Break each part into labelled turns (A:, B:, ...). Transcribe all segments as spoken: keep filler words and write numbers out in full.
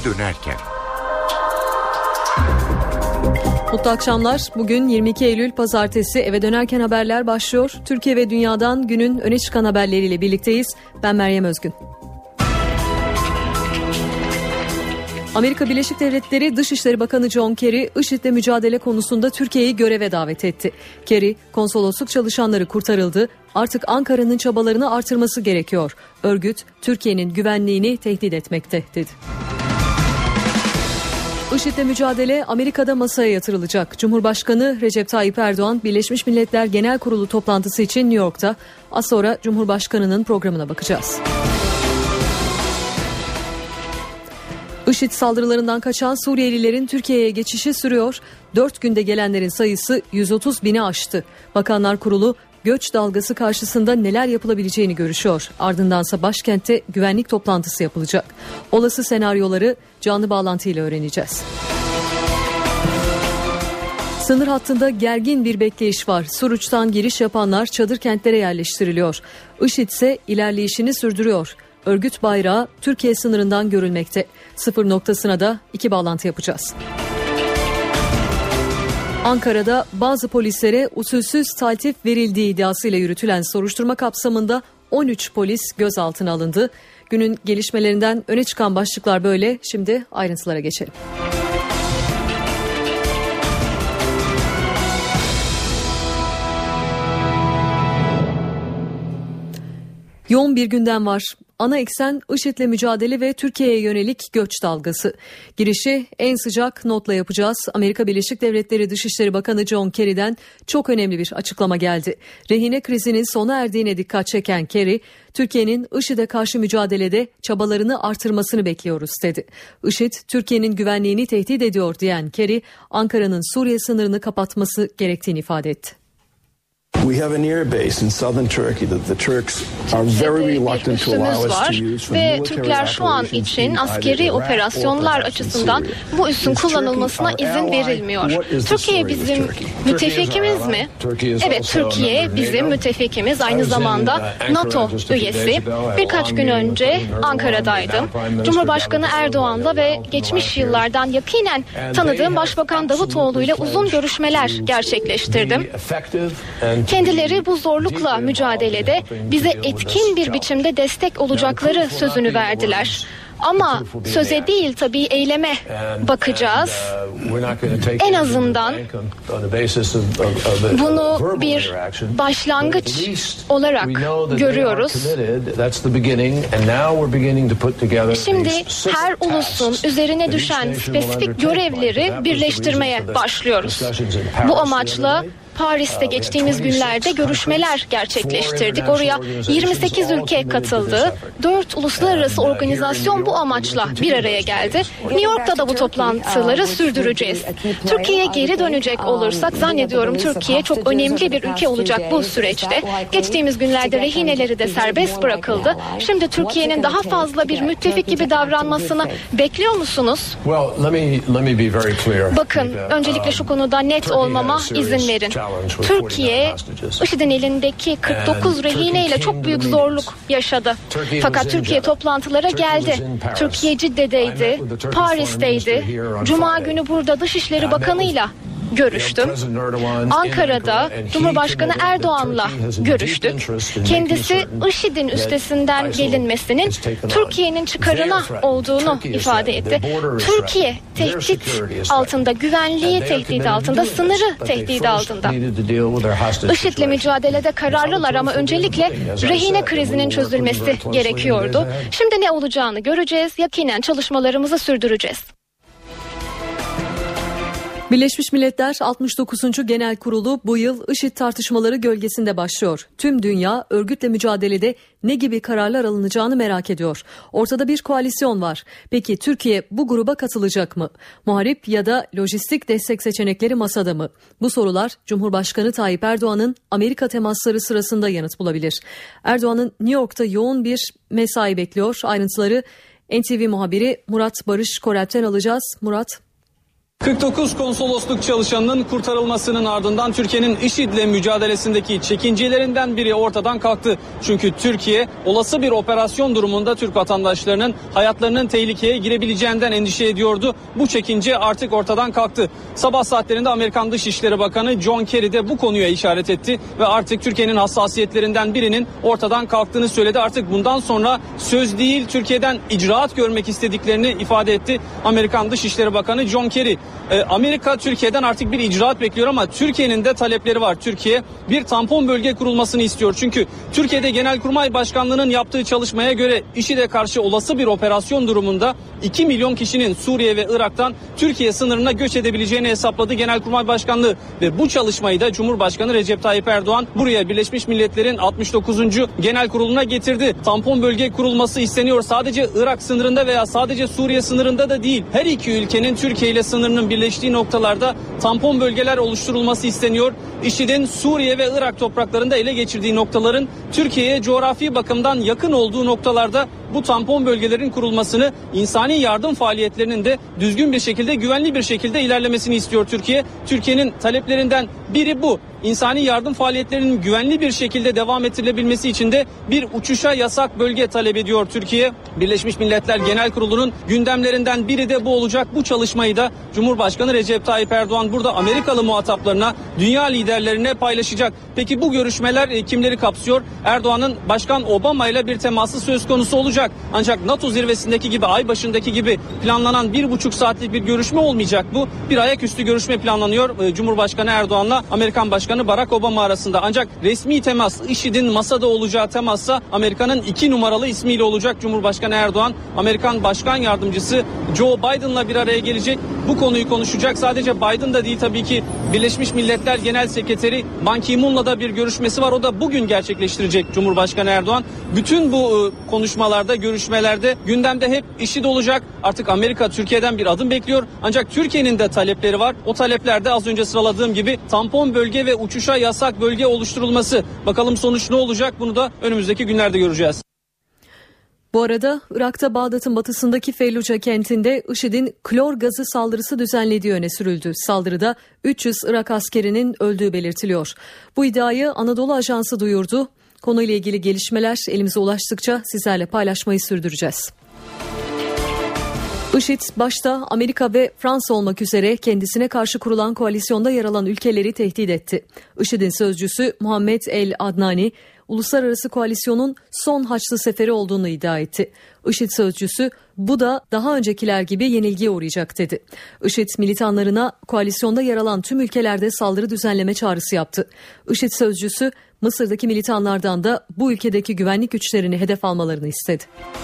A: dönerken.
B: Mutlu akşamlar. Bugün yirmi iki Eylül Pazartesi. Eve dönerken haberler başlıyor. Türkiye ve dünyadan günün öne çıkan haberleriyle birlikteyiz. Ben Meryem Özgün. Amerika Birleşik Devletleri Dışişleri Bakanı John Kerry, IŞİD'le mücadele konusunda Türkiye'yi göreve davet etti. Kerry, konsolosluk çalışanları kurtarıldı, artık Ankara'nın çabalarını artırması gerekiyor. Örgüt, Türkiye'nin güvenliğini tehdit etmekte, dedi. IŞİD'le mücadele Amerika'da masaya yatırılacak. Cumhurbaşkanı Recep Tayyip Erdoğan, Birleşmiş Milletler Genel Kurulu toplantısı için New York'ta. Az sonra Cumhurbaşkanı'nın programına bakacağız. IŞİD saldırılarından kaçan Suriyelilerin Türkiye'ye geçişi sürüyor. Dört günde gelenlerin sayısı yüz otuz bini aştı. Bakanlar Kurulu göç dalgası karşısında neler yapılabileceğini görüşüyor. Ardındansa başkentte güvenlik toplantısı yapılacak. Olası senaryoları canlı bağlantıyla öğreneceğiz. Sınır hattında gergin bir bekleyiş var. Suruç'tan giriş yapanlar çadır kentlere yerleştiriliyor. IŞİD ise ilerleyişini sürdürüyor. Örgüt bayrağı Türkiye sınırından görülmekte. Sıfır noktasına da iki bağlantı yapacağız. Ankara'da bazı polislere usulsüz taltif verildiği iddiasıyla yürütülen soruşturma kapsamında on üç polis gözaltına alındı. Günün gelişmelerinden öne çıkan başlıklar böyle. Şimdi ayrıntılara geçelim. Yoğun bir gündem var. Ana eksen IŞİD'le mücadele ve Türkiye'ye yönelik göç dalgası. Girişi en sıcak notla yapacağız. Amerika Birleşik Devletleri Dışişleri Bakanı John Kerry'den çok önemli bir açıklama geldi. Rehine krizinin sona erdiğine dikkat çeken Kerry, Türkiye'nin IŞİD'e karşı mücadelede çabalarını artırmasını bekliyoruz, dedi. IŞİD, Türkiye'nin güvenliğini tehdit ediyor diyen Kerry, Ankara'nın Suriye sınırını kapatması gerektiğini ifade etti.
C: We have an air base in southern Turkey that the Turks are very reluctant to allow us to use for
D: ve Türkler şu an için askeri operasyonlar açısından bu üssün kullanılmasına izin verilmiyor. Türkiye bizim müttefikimiz mi? Evet, Türkiye bizim müttefikimiz, aynı zamanda NATO üyesi. Birkaç gün önce Ankara'daydım. Cumhurbaşkanı Erdoğan'la ve geçmiş yıllardan yakinen tanıdığım Başbakan Davutoğlu ile uzun görüşmeler gerçekleştirdim. Kendileri bu zorlukla mücadelede bize etkin bir biçimde destek olacakları sözünü verdiler. Ama söze değil, tabii eyleme bakacağız. En azından bunu bir başlangıç olarak görüyoruz. Şimdi her ulusun üzerine düşen spesifik görevleri birleştirmeye başlıyoruz. Bu amaçla Paris'te geçtiğimiz günlerde görüşmeler gerçekleştirdik. Oraya yirmi sekiz ülke katıldı. dört uluslararası organizasyon bu amaçla bir araya geldi. New York'ta da bu toplantıları sürdüreceğiz. Türkiye'ye geri dönecek olursak zannediyorum Türkiye çok önemli bir ülke olacak bu süreçte. Geçtiğimiz günlerde rehineleri de serbest bırakıldı. Şimdi Türkiye'nin daha fazla bir müttefik gibi davranmasını bekliyor musunuz? Bakın, öncelikle şu konuda net olmama izin verin. Türkiye, IŞİD'in elindeki kırk dokuz rehineyle çok büyük zorluk yaşadı. Fakat Türkiye toplantılara geldi. Türkiye Cidde'deydi, Paris'teydi. Cuma günü burada Dışişleri Bakanı'yla görüştüm. Ankara'da Cumhurbaşkanı Erdoğan'la görüştük. Kendisi IŞİD'in üstesinden gelinmesinin Türkiye'nin çıkarına olduğunu ifade etti. Türkiye tehdit altında, güvenliği tehdit altında, sınırı tehdit altında. IŞİD'le mücadelede kararlılar ama öncelikle rehine krizinin çözülmesi gerekiyordu. Şimdi ne olacağını göreceğiz. Yakinen çalışmalarımızı sürdüreceğiz.
B: Birleşmiş Milletler altmış dokuzuncu Genel Kurulu bu yıl IŞİD tartışmaları gölgesinde başlıyor. Tüm dünya örgütle mücadelede ne gibi kararlar alınacağını merak ediyor. Ortada bir koalisyon var. Peki Türkiye bu gruba katılacak mı? Muharip ya da lojistik destek seçenekleri masada mı? Bu sorular Cumhurbaşkanı Tayyip Erdoğan'ın Amerika temasları sırasında yanıt bulabilir. Erdoğan'ın New York'ta yoğun bir mesai bekliyor. Ayrıntıları N T V muhabiri Murat Barış Korelp'ten alacağız. Murat.
A: kırk dokuz konsolosluk çalışanının kurtarılmasının ardından Türkiye'nin IŞİD'le mücadelesindeki çekincelerinden biri ortadan kalktı. Çünkü Türkiye olası bir operasyon durumunda Türk vatandaşlarının hayatlarının tehlikeye girebileceğinden endişe ediyordu. Bu çekince artık ortadan kalktı. Sabah saatlerinde Amerikan Dışişleri Bakanı John Kerry de bu konuya işaret etti ve artık Türkiye'nin hassasiyetlerinden birinin ortadan kalktığını söyledi. Artık bundan sonra söz değil, Türkiye'den icraat görmek istediklerini ifade etti Amerikan Dışişleri Bakanı John Kerry. Amerika Türkiye'den artık bir icraat bekliyor ama Türkiye'nin de talepleri var. Türkiye bir tampon bölge kurulmasını istiyor. Çünkü Türkiye'de Genelkurmay Başkanlığı'nın yaptığı çalışmaya göre IŞİD'e karşı olası bir operasyon durumunda iki milyon kişinin Suriye ve Irak'tan Türkiye sınırına göç edebileceğini hesapladı Genelkurmay Başkanlığı. Ve bu çalışmayı da Cumhurbaşkanı Recep Tayyip Erdoğan buraya Birleşmiş Milletler'in altmış dokuzuncu Genel Kurulu'na getirdi. Tampon bölge kurulması isteniyor. Sadece Irak sınırında veya sadece Suriye sınırında da değil. Her iki ülkenin Türkiye ile sınırının birleştiği noktalarda tampon bölgeler oluşturulması isteniyor. IŞİD'in Suriye ve Irak topraklarında ele geçirdiği noktaların Türkiye'ye coğrafi bakımdan yakın olduğu noktalarda bu tampon bölgelerin kurulmasını, insani yardım faaliyetlerinin de düzgün bir şekilde, güvenli bir şekilde ilerlemesini istiyor Türkiye. Türkiye'nin taleplerinden biri bu. İnsani yardım faaliyetlerinin güvenli bir şekilde devam ettirilebilmesi için de bir uçuşa yasak bölge talep ediyor Türkiye. Birleşmiş Milletler Genel Kurulu'nun gündemlerinden biri de bu olacak. Bu çalışmayı da Cumhurbaşkanı Recep Tayyip Erdoğan burada Amerikalı muhataplarına, dünya liderlerine paylaşacak. Peki bu görüşmeler e, kimleri kapsıyor? Erdoğan'ın Başkan Obama ile bir teması söz konusu olacak. Ancak NATO zirvesindeki gibi, ay başındaki gibi planlanan bir buçuk saatlik bir görüşme olmayacak bu. Bir ayaküstü görüşme planlanıyor e, Cumhurbaşkanı Erdoğan'la Amerikan Başkanı Barack Obama arasında. Ancak resmi temas, IŞİD'in masada olacağı temassa Amerika'nın iki numaralı ismiyle olacak. Cumhurbaşkanı Erdoğan, Amerikan Başkan Yardımcısı Joe Biden'la bir araya gelecek. Bu konuyu konuşacak. Sadece Biden da değil tabii ki, Birleşmiş Milletler Genel Sekreteri Ban Ki-moon'la da bir görüşmesi var. O da bugün gerçekleştirecek Cumhurbaşkanı Erdoğan. Bütün bu konuşmalarda, görüşmelerde gündemde hep IŞİD olacak. Artık Amerika Türkiye'den bir adım bekliyor. Ancak Türkiye'nin de talepleri var. O taleplerde az önce sıraladığım gibi tampon bölge ve uçuşa yasak bölge oluşturulması. Bakalım sonuç ne olacak? Bunu da önümüzdeki günlerde göreceğiz.
B: Bu arada Irak'ta Bağdat'ın batısındaki Felluce kentinde IŞİD'in klor gazı saldırısı düzenlediği öne sürüldü. Saldırıda üç yüz Irak askerinin öldüğü belirtiliyor. Bu iddiayı Anadolu Ajansı duyurdu. Konuyla ilgili gelişmeler elimize ulaştıkça sizlerle paylaşmayı sürdüreceğiz. IŞİD başta Amerika ve Fransa olmak üzere kendisine karşı kurulan koalisyonda yer alan ülkeleri tehdit etti. IŞİD'in sözcüsü Muhammed El Adnani, uluslararası koalisyonun son Haçlı seferi olduğunu iddia etti. IŞİD sözcüsü bu da daha öncekiler gibi yenilgiye uğrayacak dedi. IŞİD militanlarına koalisyonda yer alan tüm ülkelerde saldırı düzenleme çağrısı yaptı. IŞİD sözcüsü Mısır'daki militanlardan da bu ülkedeki güvenlik güçlerini hedef almalarını istedi.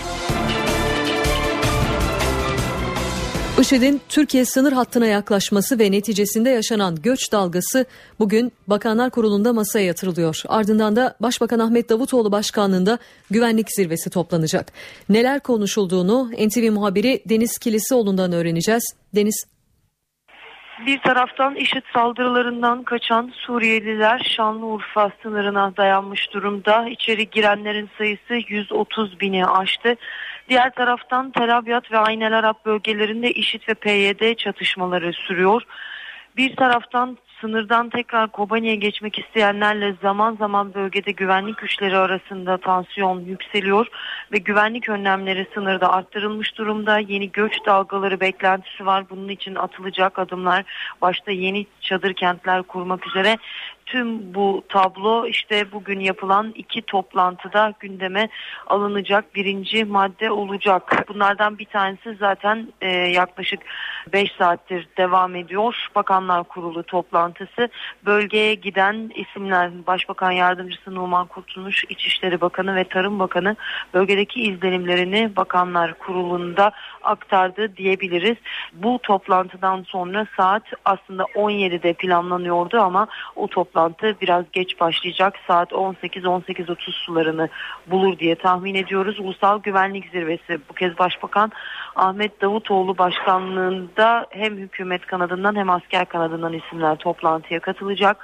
B: IŞİD'in Türkiye sınır hattına yaklaşması ve neticesinde yaşanan göç dalgası bugün Bakanlar Kurulu'nda masaya yatırılıyor. Ardından da Başbakan Ahmet Davutoğlu başkanlığında güvenlik zirvesi toplanacak. Neler konuşulduğunu N T V muhabiri Deniz Kilisioğlu'ndan öğreneceğiz. Deniz.
E: Bir taraftan IŞİD saldırılarından kaçan Suriyeliler Şanlıurfa sınırına dayanmış durumda. İçeri girenlerin sayısı yüz otuz bini aştı. Diğer taraftan Tel Abyad ve Ayn el Arab bölgelerinde IŞİD ve P Y D çatışmaları sürüyor. Bir taraftan sınırdan tekrar Kobani'ye geçmek isteyenlerle zaman zaman bölgede güvenlik güçleri arasında tansiyon yükseliyor ve güvenlik önlemleri sınırda arttırılmış durumda. Yeni göç dalgaları beklentisi var. Bunun için atılacak adımlar, başta yeni çadır kentler kurmak üzere. Tüm bu tablo işte bugün yapılan iki toplantıda gündeme alınacak birinci madde olacak. Bunlardan bir tanesi zaten e, yaklaşık beş saattir devam ediyor. Bakanlar Kurulu toplantısı. Bölgeye giden isimler Başbakan Yardımcısı Numan Kurtulmuş, İçişleri Bakanı ve Tarım Bakanı bölgedeki izlenimlerini Bakanlar Kurulu'nda aktardı diyebiliriz. Bu toplantıdan sonra saat aslında on yedide planlanıyordu ama o toplantı biraz geç başlayacak. Saat on sekiz on sekiz otuz sularını bulur diye tahmin ediyoruz. Ulusal Güvenlik Zirvesi bu kez Başbakan Ahmet Davutoğlu başkanlığında hem hükümet kanadından hem asker kanadından isimler toplantıya katılacak.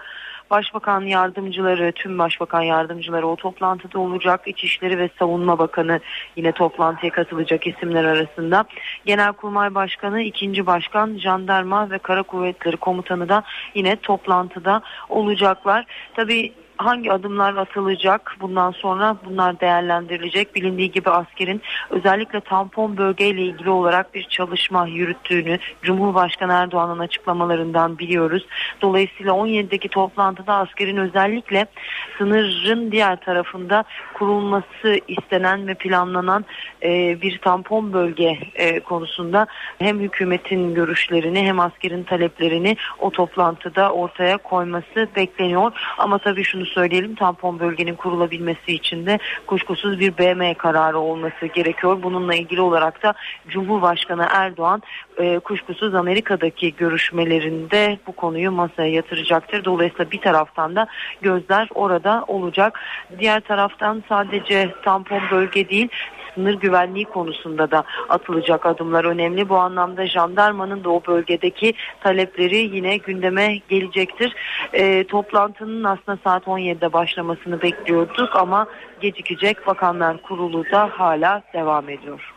E: Başbakan yardımcıları, tüm başbakan yardımcıları o toplantıda olacak. İçişleri ve Savunma Bakanı yine toplantıya katılacak isimler arasında. Genelkurmay Başkanı, ikinci Başkan, Jandarma ve Kara Kuvvetleri Komutanı da yine toplantıda olacaklar. Tabii hangi adımlar atılacak bundan sonra, bunlar değerlendirilecek. Bilindiği gibi askerin özellikle tampon bölgeyle ilgili olarak bir çalışma yürüttüğünü Cumhurbaşkanı Erdoğan'ın açıklamalarından biliyoruz. Dolayısıyla on yedideki toplantıda askerin özellikle sınırın diğer tarafında kurulması istenen ve planlanan e, bir tampon bölge e, konusunda hem hükümetin görüşlerini hem askerin taleplerini o toplantıda ortaya koyması bekleniyor. Ama tabii şunu söyleyelim, tampon bölgenin kurulabilmesi için de kuşkusuz bir B M kararı olması gerekiyor. Bununla ilgili olarak da Cumhurbaşkanı Erdoğan e, kuşkusuz Amerika'daki görüşmelerinde bu konuyu masaya yatıracaktır. Dolayısıyla bir taraftan da gözler orada olacak. Diğer taraftan sadece tampon bölge değil, sınır güvenliği konusunda da atılacak adımlar önemli. Bu anlamda jandarmanın da o bölgedeki talepleri yine gündeme gelecektir. E, toplantının aslında saat on yedide başlamasını bekliyorduk ama gecikecek. Bakanlar Kurulu da hala devam ediyor.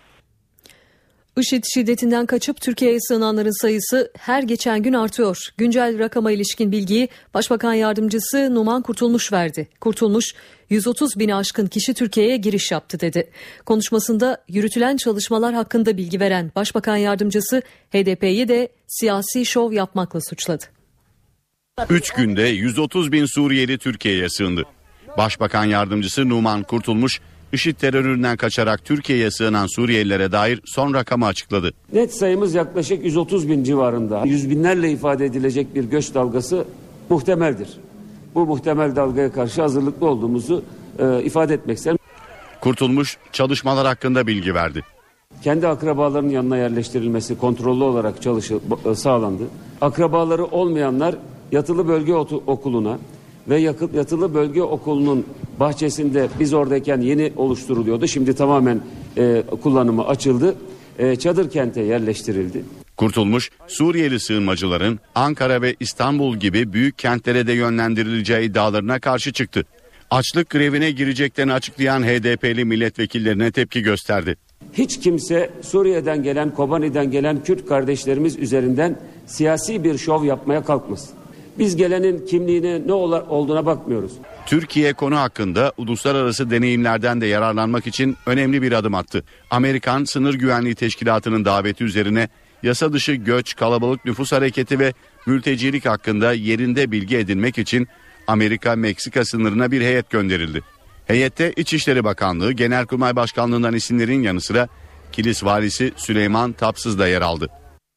B: IŞİD şiddetinden kaçıp Türkiye'ye sığınanların sayısı her geçen gün artıyor. Güncel rakama ilişkin bilgiyi Başbakan Yardımcısı Numan Kurtulmuş verdi. Kurtulmuş, yüz otuz bini aşkın kişi Türkiye'ye giriş yaptı dedi. Konuşmasında yürütülen çalışmalar hakkında bilgi veren Başbakan Yardımcısı H D P'yi de siyasi şov yapmakla suçladı.
F: Üç günde yüz otuz bin Suriyeli Türkiye'ye sığındı. Başbakan Yardımcısı Numan Kurtulmuş, IŞİD teröründen kaçarak Türkiye'ye sığınan Suriyelilere dair son rakamı açıkladı.
G: Net sayımız yaklaşık yüz otuz bin civarında. Yüz binlerle ifade edilecek bir göç dalgası muhtemeldir. Bu muhtemel dalgaya karşı hazırlıklı olduğumuzu e, ifade etmek isterim.
F: Kurtulmuş çalışmalar hakkında bilgi verdi.
G: Kendi akrabalarının yanına yerleştirilmesi kontrollü olarak çalışı, sağlandı. Akrabaları olmayanlar yatılı bölge okuluna ve yatılı bölge okulunun bahçesinde, biz oradayken yeni oluşturuluyordu. Şimdi tamamen e, kullanımı açıldı. E, çadır kente yerleştirildi.
F: Kurtulmuş, Suriyeli sığınmacıların Ankara ve İstanbul gibi büyük kentlere de yönlendirileceği iddialarına karşı çıktı. Açlık grevine gireceklerini açıklayan H D P'li milletvekillerine tepki gösterdi.
G: Hiç kimse Suriye'den gelen, Kobani'den gelen Kürt kardeşlerimiz üzerinden siyasi bir şov yapmaya kalkmasın. Biz gelenin kimliğine ne olduğuna bakmıyoruz.
F: Türkiye konu hakkında uluslararası deneyimlerden de yararlanmak için önemli bir adım attı. Amerikan Sınır Güvenliği Teşkilatı'nın daveti üzerine yasa dışı göç, kalabalık nüfus hareketi ve mültecilik hakkında yerinde bilgi edinmek için Amerika-Meksika sınırına bir heyet gönderildi. Heyette İçişleri Bakanlığı, Genelkurmay Başkanlığı'ndan isimlerin yanı sıra Kilis Valisi Süleyman Tapsız da yer aldı.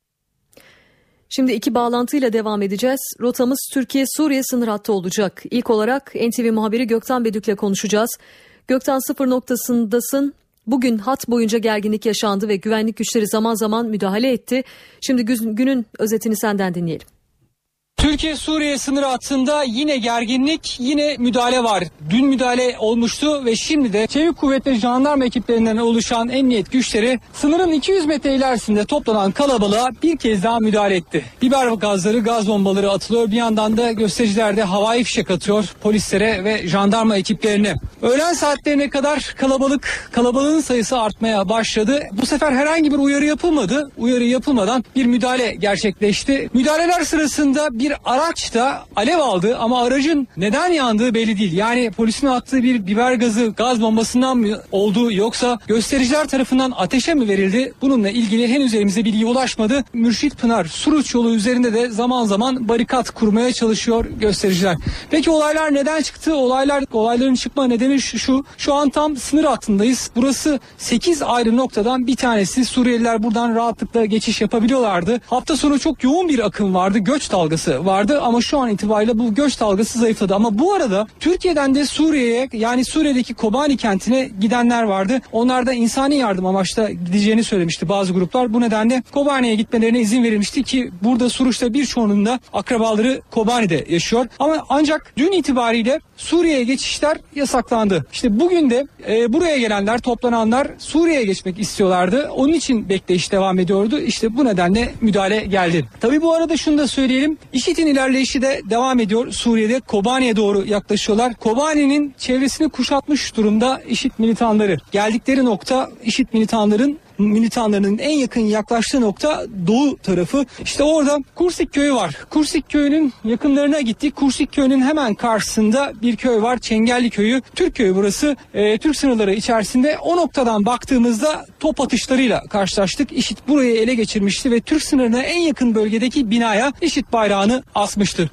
B: Şimdi iki bağlantıyla devam edeceğiz. Rotamız Türkiye-Suriye sınır hattı olacak. İlk olarak N T V muhabiri Gökten Bedük'le konuşacağız. Gökten, sıfır noktasındasın. Bugün hat boyunca gerginlik yaşandı ve güvenlik güçleri zaman zaman müdahale etti. Şimdi günün özetini senden dinleyelim.
H: Türkiye-Suriye sınır hattında yine gerginlik, yine müdahale var. Dün müdahale olmuştu ve şimdi de çevik kuvvet ve jandarma ekiplerinden oluşan emniyet güçleri sınırın iki yüz metre ilerisinde toplanan kalabalığa bir kez daha müdahale etti. Biber gazları, gaz bombaları atılıyor. Bir yandan da göstericiler de havai fişek atıyor polislere ve jandarma ekiplerine. Öğlen saatlerine kadar kalabalık, kalabalığın sayısı artmaya başladı. Bu sefer herhangi bir uyarı yapılmadı. Uyarı yapılmadan bir müdahale gerçekleşti. Müdahaleler sırasında bir araç da alev aldı ama aracın neden yandığı belli değil. Yani polisin attığı bir biber gazı, gaz bombasından mı oldu yoksa göstericiler tarafından ateşe mi verildi? Bununla ilgili henüz elimize bilgi ulaşmadı. Mürşit Pınar Suruç yolu üzerinde de zaman zaman barikat kurmaya çalışıyor göstericiler. Peki olaylar neden çıktı? Olaylar olayların çıkma nedeni şu, şu. Şu an tam sınır hattındayız. Burası sekiz ayrı noktadan bir tanesi. Suriyeliler buradan rahatlıkla geçiş yapabiliyorlardı. Hafta sonu çok yoğun bir akım vardı. Göç dalgası vardı ama şu an itibariyle bu göç dalgası zayıfladı. Ama bu arada Türkiye'den de Suriye'ye, yani Suriye'deki Kobani kentine gidenler vardı. Onlar da insani yardım amaçla gideceğini söylemişti bazı gruplar. Bu nedenle Kobani'ye gitmelerine izin verilmişti ki burada Suruç'ta birçoğunun da akrabaları Kobani'de yaşıyor. Ama ancak dün itibariyle Suriye'ye geçişler yasaklandı. İşte bugün de e, buraya gelenler, toplananlar Suriye'ye geçmek istiyorlardı. Onun için bekleyiş devam ediyordu. İşte bu nedenle müdahale geldi. Tabii bu arada şunu da söyleyelim. İşi IŞİD'in ilerleyişi de devam ediyor. Suriye'de Kobani'ye doğru yaklaşıyorlar. Kobani'nin çevresini kuşatmış durumda IŞİD militanları. Geldikleri nokta IŞİD militanların militanlarının en yakın yaklaştığı nokta doğu tarafı. İşte orada Kursik köyü var. Kursik köyünün yakınlarına gittik. Kursik köyünün hemen karşısında bir köy var. Çengelli köyü. Türk köyü burası. E, Türk sınırları içerisinde. O noktadan baktığımızda top atışlarıyla karşılaştık. IŞİD burayı ele geçirmişti ve Türk sınırına en yakın bölgedeki binaya IŞİD bayrağını asmıştı.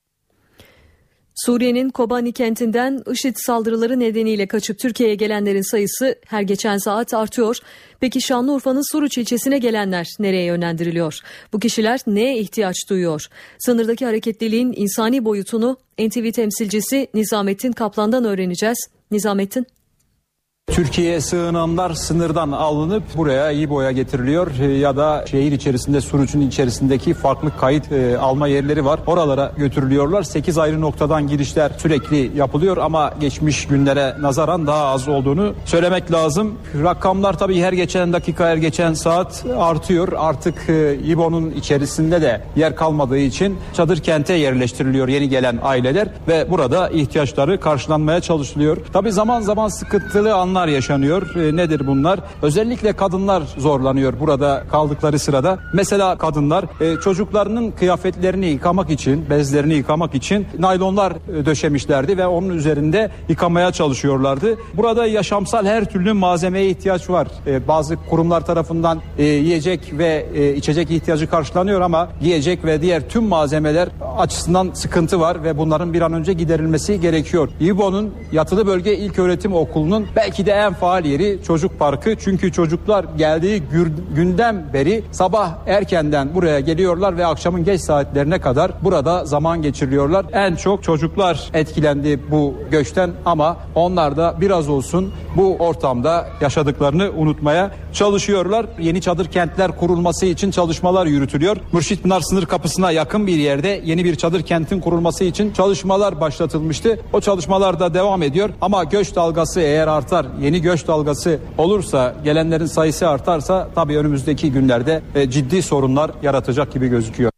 B: Suriye'nin Kobani kentinden IŞİD saldırıları nedeniyle kaçıp Türkiye'ye gelenlerin sayısı her geçen saat artıyor. Peki Şanlıurfa'nın Suruç ilçesine gelenler nereye yönlendiriliyor? Bu kişiler neye ihtiyaç duyuyor? Sınırdaki hareketliliğin insani boyutunu N T V temsilcisi Nizamettin Kaplan'dan öğreneceğiz. Nizamettin.
I: Türkiye'ye sığınanlar sınırdan alınıp buraya İBO'ya getiriliyor ya da şehir içerisinde Suruç'un içerisindeki farklı kayıt e, alma yerleri var. Oralara götürülüyorlar. sekiz ayrı noktadan girişler sürekli yapılıyor ama geçmiş günlere nazaran daha az olduğunu söylemek lazım. Rakamlar tabii her geçen dakika, her geçen saat artıyor. Artık e, İBO'nun içerisinde de yer kalmadığı için çadır kente yerleştiriliyor yeni gelen aileler ve burada ihtiyaçları karşılanmaya çalışılıyor. Tabii zaman zaman sıkıntılı anlar yaşanıyor. E, nedir bunlar? Özellikle kadınlar zorlanıyor burada kaldıkları sırada. Mesela kadınlar e, çocuklarının kıyafetlerini yıkamak için, bezlerini yıkamak için naylonlar e, döşemişlerdi ve onun üzerinde yıkamaya çalışıyorlardı. Burada yaşamsal her türlü malzemeye ihtiyaç var. E, bazı kurumlar tarafından e, yiyecek ve e, içecek ihtiyacı karşılanıyor ama yiyecek ve diğer tüm malzemeler açısından sıkıntı var ve bunların bir an önce giderilmesi gerekiyor. İBO'nun Yatılı Bölge İlköğretim Okulu'nun belki de en faal yeri çocuk parkı. Çünkü çocuklar geldiği günden beri sabah erkenden buraya geliyorlar ve akşamın geç saatlerine kadar burada zaman geçiriyorlar. En çok çocuklar etkilendi bu göçten ama onlar da biraz olsun bu ortamda yaşadıklarını unutmaya çalışıyorlar. Yeni çadır kentler kurulması için çalışmalar yürütülüyor. Mürşitpınar sınır kapısına yakın bir yerde yeni bir çadır kentin kurulması için çalışmalar başlatılmıştı. O çalışmalar da devam ediyor ama göç dalgası eğer artar, yeni göç dalgası olursa, gelenlerin sayısı artarsa tabii önümüzdeki günlerde ciddi sorunlar yaratacak gibi gözüküyor.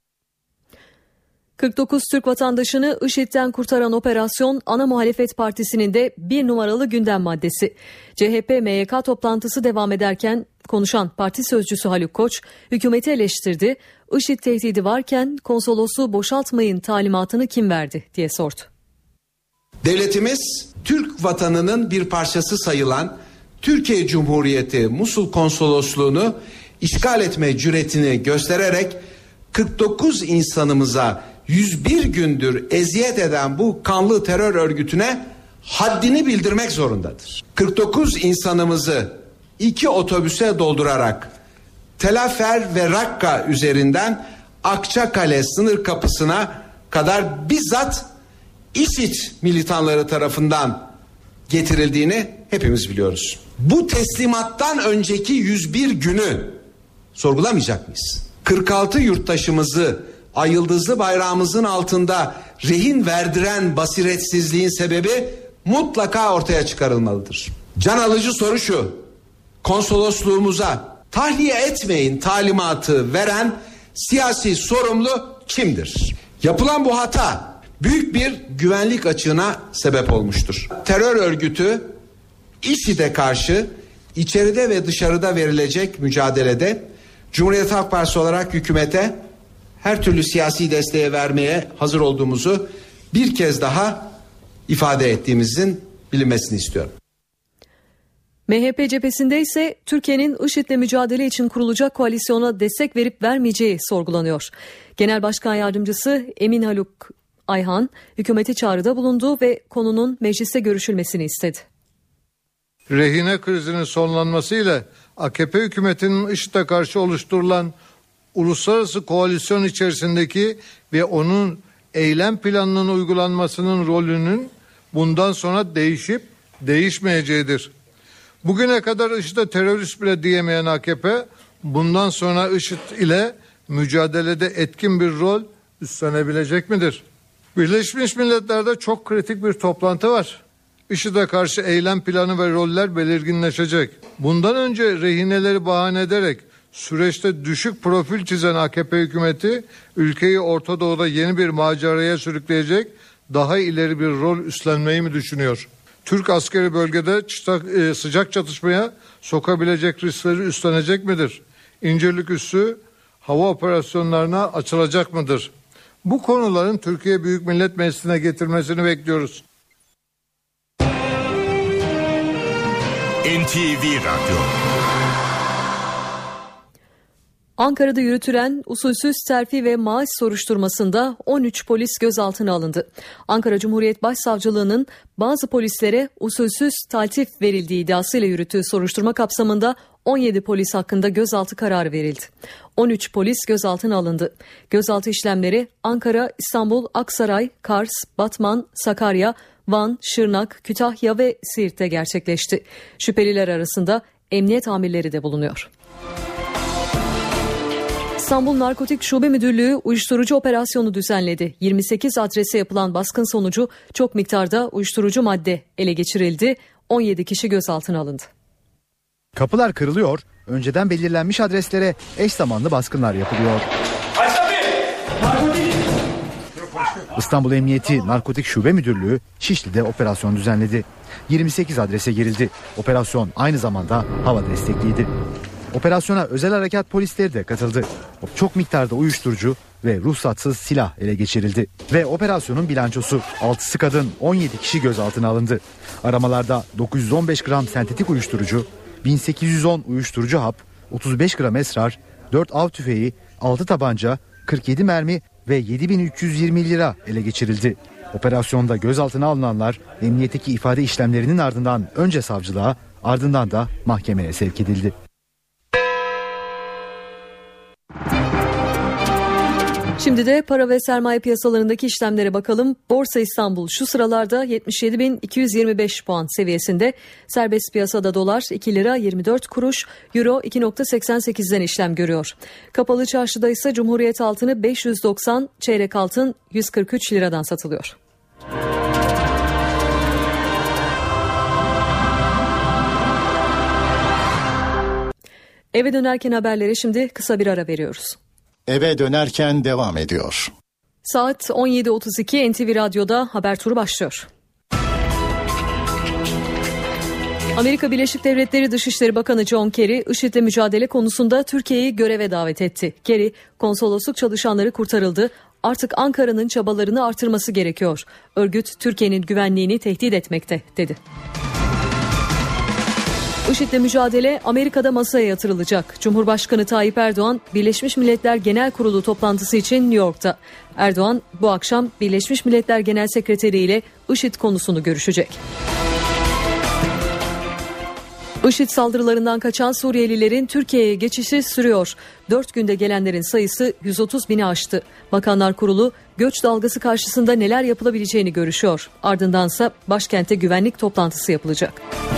B: kırk dokuz Türk vatandaşını IŞİD'den kurtaran operasyon ana muhalefet partisinin de bir numaralı gündem maddesi. C H P M Y K toplantısı devam ederken konuşan parti sözcüsü Haluk Koç hükümeti eleştirdi. IŞİD tehdidi varken konsolosluğu boşaltmayın talimatını kim verdi diye sordu.
J: Devletimiz Türk vatanının bir parçası sayılan Türkiye Cumhuriyeti Musul Konsolosluğunu işgal etme cüretini göstererek kırk dokuz insanımıza yüz bir gündür eziyet eden bu kanlı terör örgütüne haddini bildirmek zorundadır. kırk dokuz insanımızı iki otobüse doldurarak Telafer ve Rakka üzerinden Akçakale sınır kapısına kadar bizzat İŞİD militanları tarafından getirildiğini hepimiz biliyoruz. Bu teslimattan önceki yüz bir günü sorgulamayacak mıyız? kırk altı yurttaşımızı ay yıldızlı bayrağımızın altında rehin verdiren basiretsizliğin sebebi mutlaka ortaya çıkarılmalıdır. Can alıcı soru şu: konsolosluğumuza tahliye etmeyin talimatı veren siyasi sorumlu kimdir? Yapılan bu hata büyük bir güvenlik açığına sebep olmuştur. Terör örgütü İŞİD'e karşı içeride ve dışarıda verilecek mücadelede Cumhuriyet Halk Partisi olarak hükümete her türlü siyasi desteğe vermeye hazır olduğumuzu bir kez daha ifade ettiğimizin bilinmesini istiyorum.
B: M H P cephesinde ise Türkiye'nin IŞİD'le mücadele için kurulacak koalisyona destek verip vermeyeceği sorgulanıyor. Genel Başkan Yardımcısı Emin Haluk Ayhan hükümeti çağrıda bulundu ve konunun mecliste görüşülmesini istedi.
K: Rehine krizinin sonlanmasıyla A K P hükümetinin IŞİD'e karşı oluşturulan uluslararası koalisyon içerisindeki ve onun eylem planının uygulanmasının rolünün bundan sonra değişip değişmeyeceğidir. Bugüne kadar IŞİD'e terörist bile diyemeyen A K P bundan sonra IŞİD ile mücadelede etkin bir rol üstlenebilecek midir? Birleşmiş Milletler'de çok kritik bir toplantı var. IŞİD'e karşı eylem planı ve roller belirginleşecek. Bundan önce rehineleri bahane ederek Süreçte düşük profil çizen A K P hükümeti ülkeyi Orta Doğu'da yeni bir maceraya sürükleyecek daha ileri bir rol üstlenmeyi mi düşünüyor? Türk askeri bölgede çıtak, e, sıcak çatışmaya sokabilecek riskleri üstlenecek midir? İncirlik üssü hava operasyonlarına açılacak mıdır? Bu konuların Türkiye Büyük Millet Meclisi'ne getirmesini bekliyoruz.
L: N T V Radyo.
B: Ankara'da yürütülen usulsüz terfi ve maaş soruşturmasında on üç polis gözaltına alındı. Ankara Cumhuriyet Başsavcılığı'nın bazı polislere usulsüz taltif verildiği iddiasıyla yürüttüğü soruşturma kapsamında on yedi polis hakkında gözaltı kararı verildi. on üç polis gözaltına alındı. Gözaltı işlemleri Ankara, İstanbul, Aksaray, Kars, Batman, Sakarya, Van, Şırnak, Kütahya ve Siirt'te gerçekleşti. Şüpheliler arasında emniyet amirleri de bulunuyor. İstanbul Narkotik Şube Müdürlüğü uyuşturucu operasyonu düzenledi. yirmi sekiz adrese yapılan baskın sonucu çok miktarda uyuşturucu madde ele geçirildi. on yedi kişi gözaltına alındı.
M: Kapılar kırılıyor, önceden belirlenmiş adreslere eş zamanlı baskınlar yapılıyor. İstanbul Emniyeti Narkotik Şube Müdürlüğü Şişli'de operasyon düzenledi. yirmi sekiz adrese girildi. Operasyon aynı zamanda hava destekliydi. Operasyona özel harekat polisleri de katıldı. Çok miktarda uyuşturucu ve ruhsatsız silah ele geçirildi. Ve operasyonun bilançosu altısı kadın, on yedi kişi gözaltına alındı. Aramalarda dokuz yüz on beş gram sentetik uyuşturucu, bin sekiz yüz on uyuşturucu hap, otuz beş gram esrar, dört av tüfeği, altı tabanca, kırk yedi mermi ve yedi bin üç yüz yirmi lira ele geçirildi. Operasyonda gözaltına alınanlar emniyetteki ifade işlemlerinin ardından önce savcılığa, ardından da mahkemeye sevk edildi.
B: Şimdi de para ve sermaye piyasalarındaki işlemlere bakalım. Borsa İstanbul şu sıralarda yetmiş yedi bin iki yüz yirmi beş puan seviyesinde. Serbest piyasada dolar iki lira yirmi dört kuruş, euro iki virgül seksen sekizden işlem görüyor. Kapalı çarşıda ise Cumhuriyet altını beş yüz doksan, çeyrek altın yüz kırk üç liradan satılıyor. Eve dönerken haberlere şimdi kısa bir ara veriyoruz.
L: Eve dönerken devam ediyor.
B: Saat on yedi otuz iki N T V Radyo'da haber turu başlıyor. Amerika Birleşik Devletleri Dışişleri Bakanı John Kerry, IŞİD'le mücadele konusunda Türkiye'yi göreve davet etti. Kerry, konsolosluk çalışanları kurtarıldı. Artık Ankara'nın çabalarını artırması gerekiyor. Örgüt, Türkiye'nin güvenliğini tehdit etmekte, dedi. IŞİD'le mücadele Amerika'da masaya yatırılacak. Cumhurbaşkanı Tayyip Erdoğan, Birleşmiş Milletler Genel Kurulu toplantısı için New York'ta. Erdoğan bu akşam Birleşmiş Milletler Genel Sekreteri ile IŞİD konusunu görüşecek. IŞİD saldırılarından kaçan Suriyelilerin Türkiye'ye geçişi sürüyor. Dört günde gelenlerin sayısı yüz otuz bini aştı. Bakanlar Kurulu göç dalgası karşısında neler yapılabileceğini görüşüyor. Ardındansa başkentte güvenlik toplantısı yapılacak.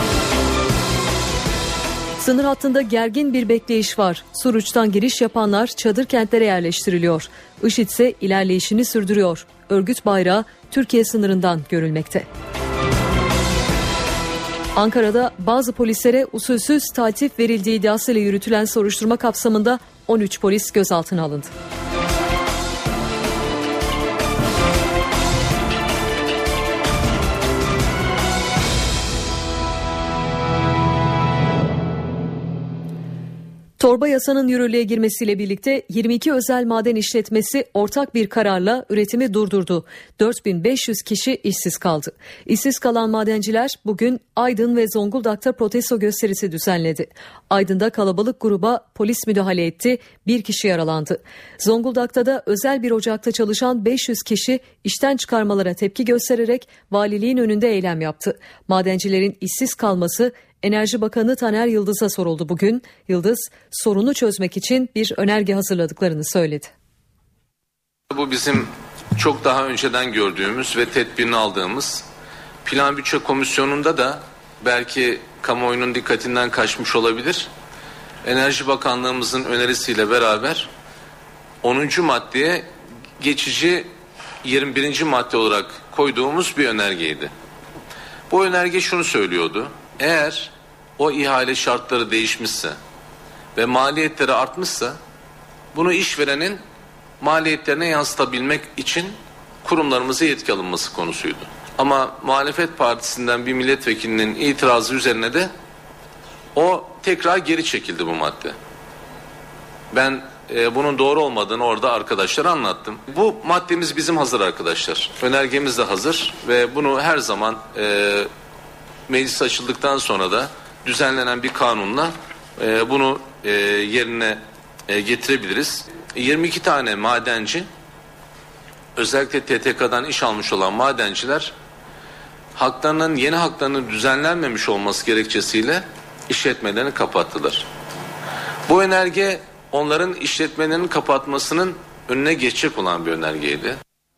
B: Sınır hattında gergin bir bekleyiş var. Suruç'tan giriş yapanlar çadır kentlere yerleştiriliyor. IŞİD ise ilerleyişini sürdürüyor. Örgüt bayrağı Türkiye sınırından görülmekte. Ankara'da bazı polislere usulsüz taltif verildiği iddiasıyla yürütülen soruşturma kapsamında on üç polis gözaltına alındı. Torba yasanın yürürlüğe girmesiyle birlikte yirmi iki özel maden işletmesi ortak bir kararla üretimi durdurdu. dört bin beş yüz kişi işsiz kaldı. İşsiz kalan madenciler bugün Aydın ve Zonguldak'ta protesto gösterisi düzenledi. Aydın'da kalabalık gruba polis müdahale etti, bir kişi yaralandı. Zonguldak'ta da özel bir ocakta çalışan beş yüz kişi işten çıkarmalara tepki göstererek valiliğin önünde eylem yaptı. Madencilerin işsiz kalması Enerji Bakanı Taner Yıldız'a soruldu bugün. Yıldız, sorunu çözmek için bir önerge hazırladıklarını söyledi.
N: Bu bizim çok daha önceden gördüğümüz ve tedbirini aldığımız Plan Bütçe Komisyonu'nda da belki kamuoyunun dikkatinden kaçmış olabilir. Enerji Bakanlığımızın önerisiyle beraber onuncu maddeye geçici yirmi birinci madde olarak koyduğumuz bir önergeydi. Bu önerge şunu söylüyordu. Eğer o ihale şartları değişmişse ve maliyetleri artmışsa bunu işverenin maliyetlerine yansıtabilmek için kurumlarımıza yetki alınması konusuydu. Ama muhalefet partisinden bir milletvekilinin itirazı üzerine de o tekrar geri çekildi bu madde. Ben e, bunun doğru olmadığını orada arkadaşlara anlattım. Bu maddemiz bizim hazır arkadaşlar. Önergemiz de hazır ve bunu her zaman e, meclis açıldıktan sonra da düzenlenen bir kanunla e, bunu e, yerine e, getirebiliriz. yirmi iki tane madenci, özellikle T T K'dan iş almış olan madenciler haklarının yeni haklarının düzenlenmemiş olması gerekçesiyle işletmelerini kapattılar. Bu önerge onların işletmelerinin kapatmasının önüne geçecek olan bir önergeydi.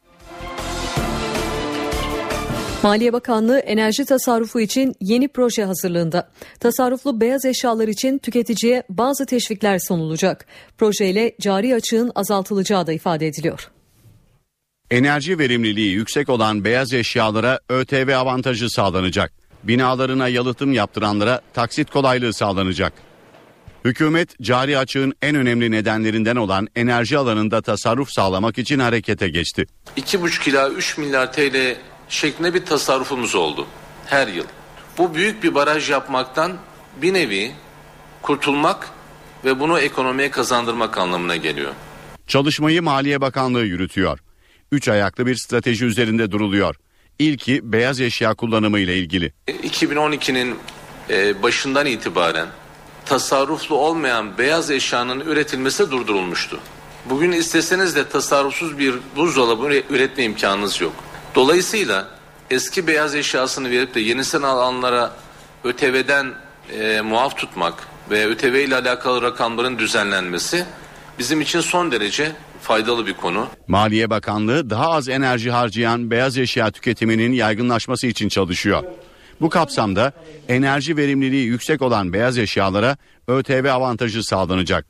B: Maliye Bakanlığı enerji tasarrufu için yeni proje hazırlığında. Tasarruflu beyaz eşyalar için tüketiciye bazı teşvikler sunulacak. Projeyle cari açığın azaltılacağı da ifade ediliyor.
F: Enerji verimliliği yüksek olan beyaz eşyalara ÖTV avantajı sağlanacak. Binalarına yalıtım yaptıranlara taksit kolaylığı sağlanacak. Hükümet cari açığın en önemli nedenlerinden olan enerji alanında tasarruf sağlamak için harekete geçti.
N: iki buçuk ila üç milyar T L şeklinde bir tasarrufumuz oldu her yıl. Bu büyük bir baraj yapmaktan bir nevi kurtulmak ve bunu ekonomiye kazandırmak anlamına geliyor.
F: Çalışmayı Maliye Bakanlığı yürütüyor. Üç ayaklı bir strateji üzerinde duruluyor. İlki beyaz eşya kullanımı ile ilgili.
N: iki bin on ikinin başından itibaren tasarruflu olmayan beyaz eşyanın üretilmesi durdurulmuştu. Bugün isteseniz de tasarrufsuz bir buzdolabı üretme imkanınız yok. Dolayısıyla eski beyaz eşyasını verip de yenisini alanlara ÖTV'den e, muaf tutmak ve ÖTV ile alakalı rakamların düzenlenmesi bizim için son derece faydalı bir konu.
F: Maliye Bakanlığı daha az enerji harcayan beyaz eşya tüketiminin yaygınlaşması için çalışıyor. Bu kapsamda enerji verimliliği yüksek olan beyaz eşyalara ÖTV avantajı sağlanacak.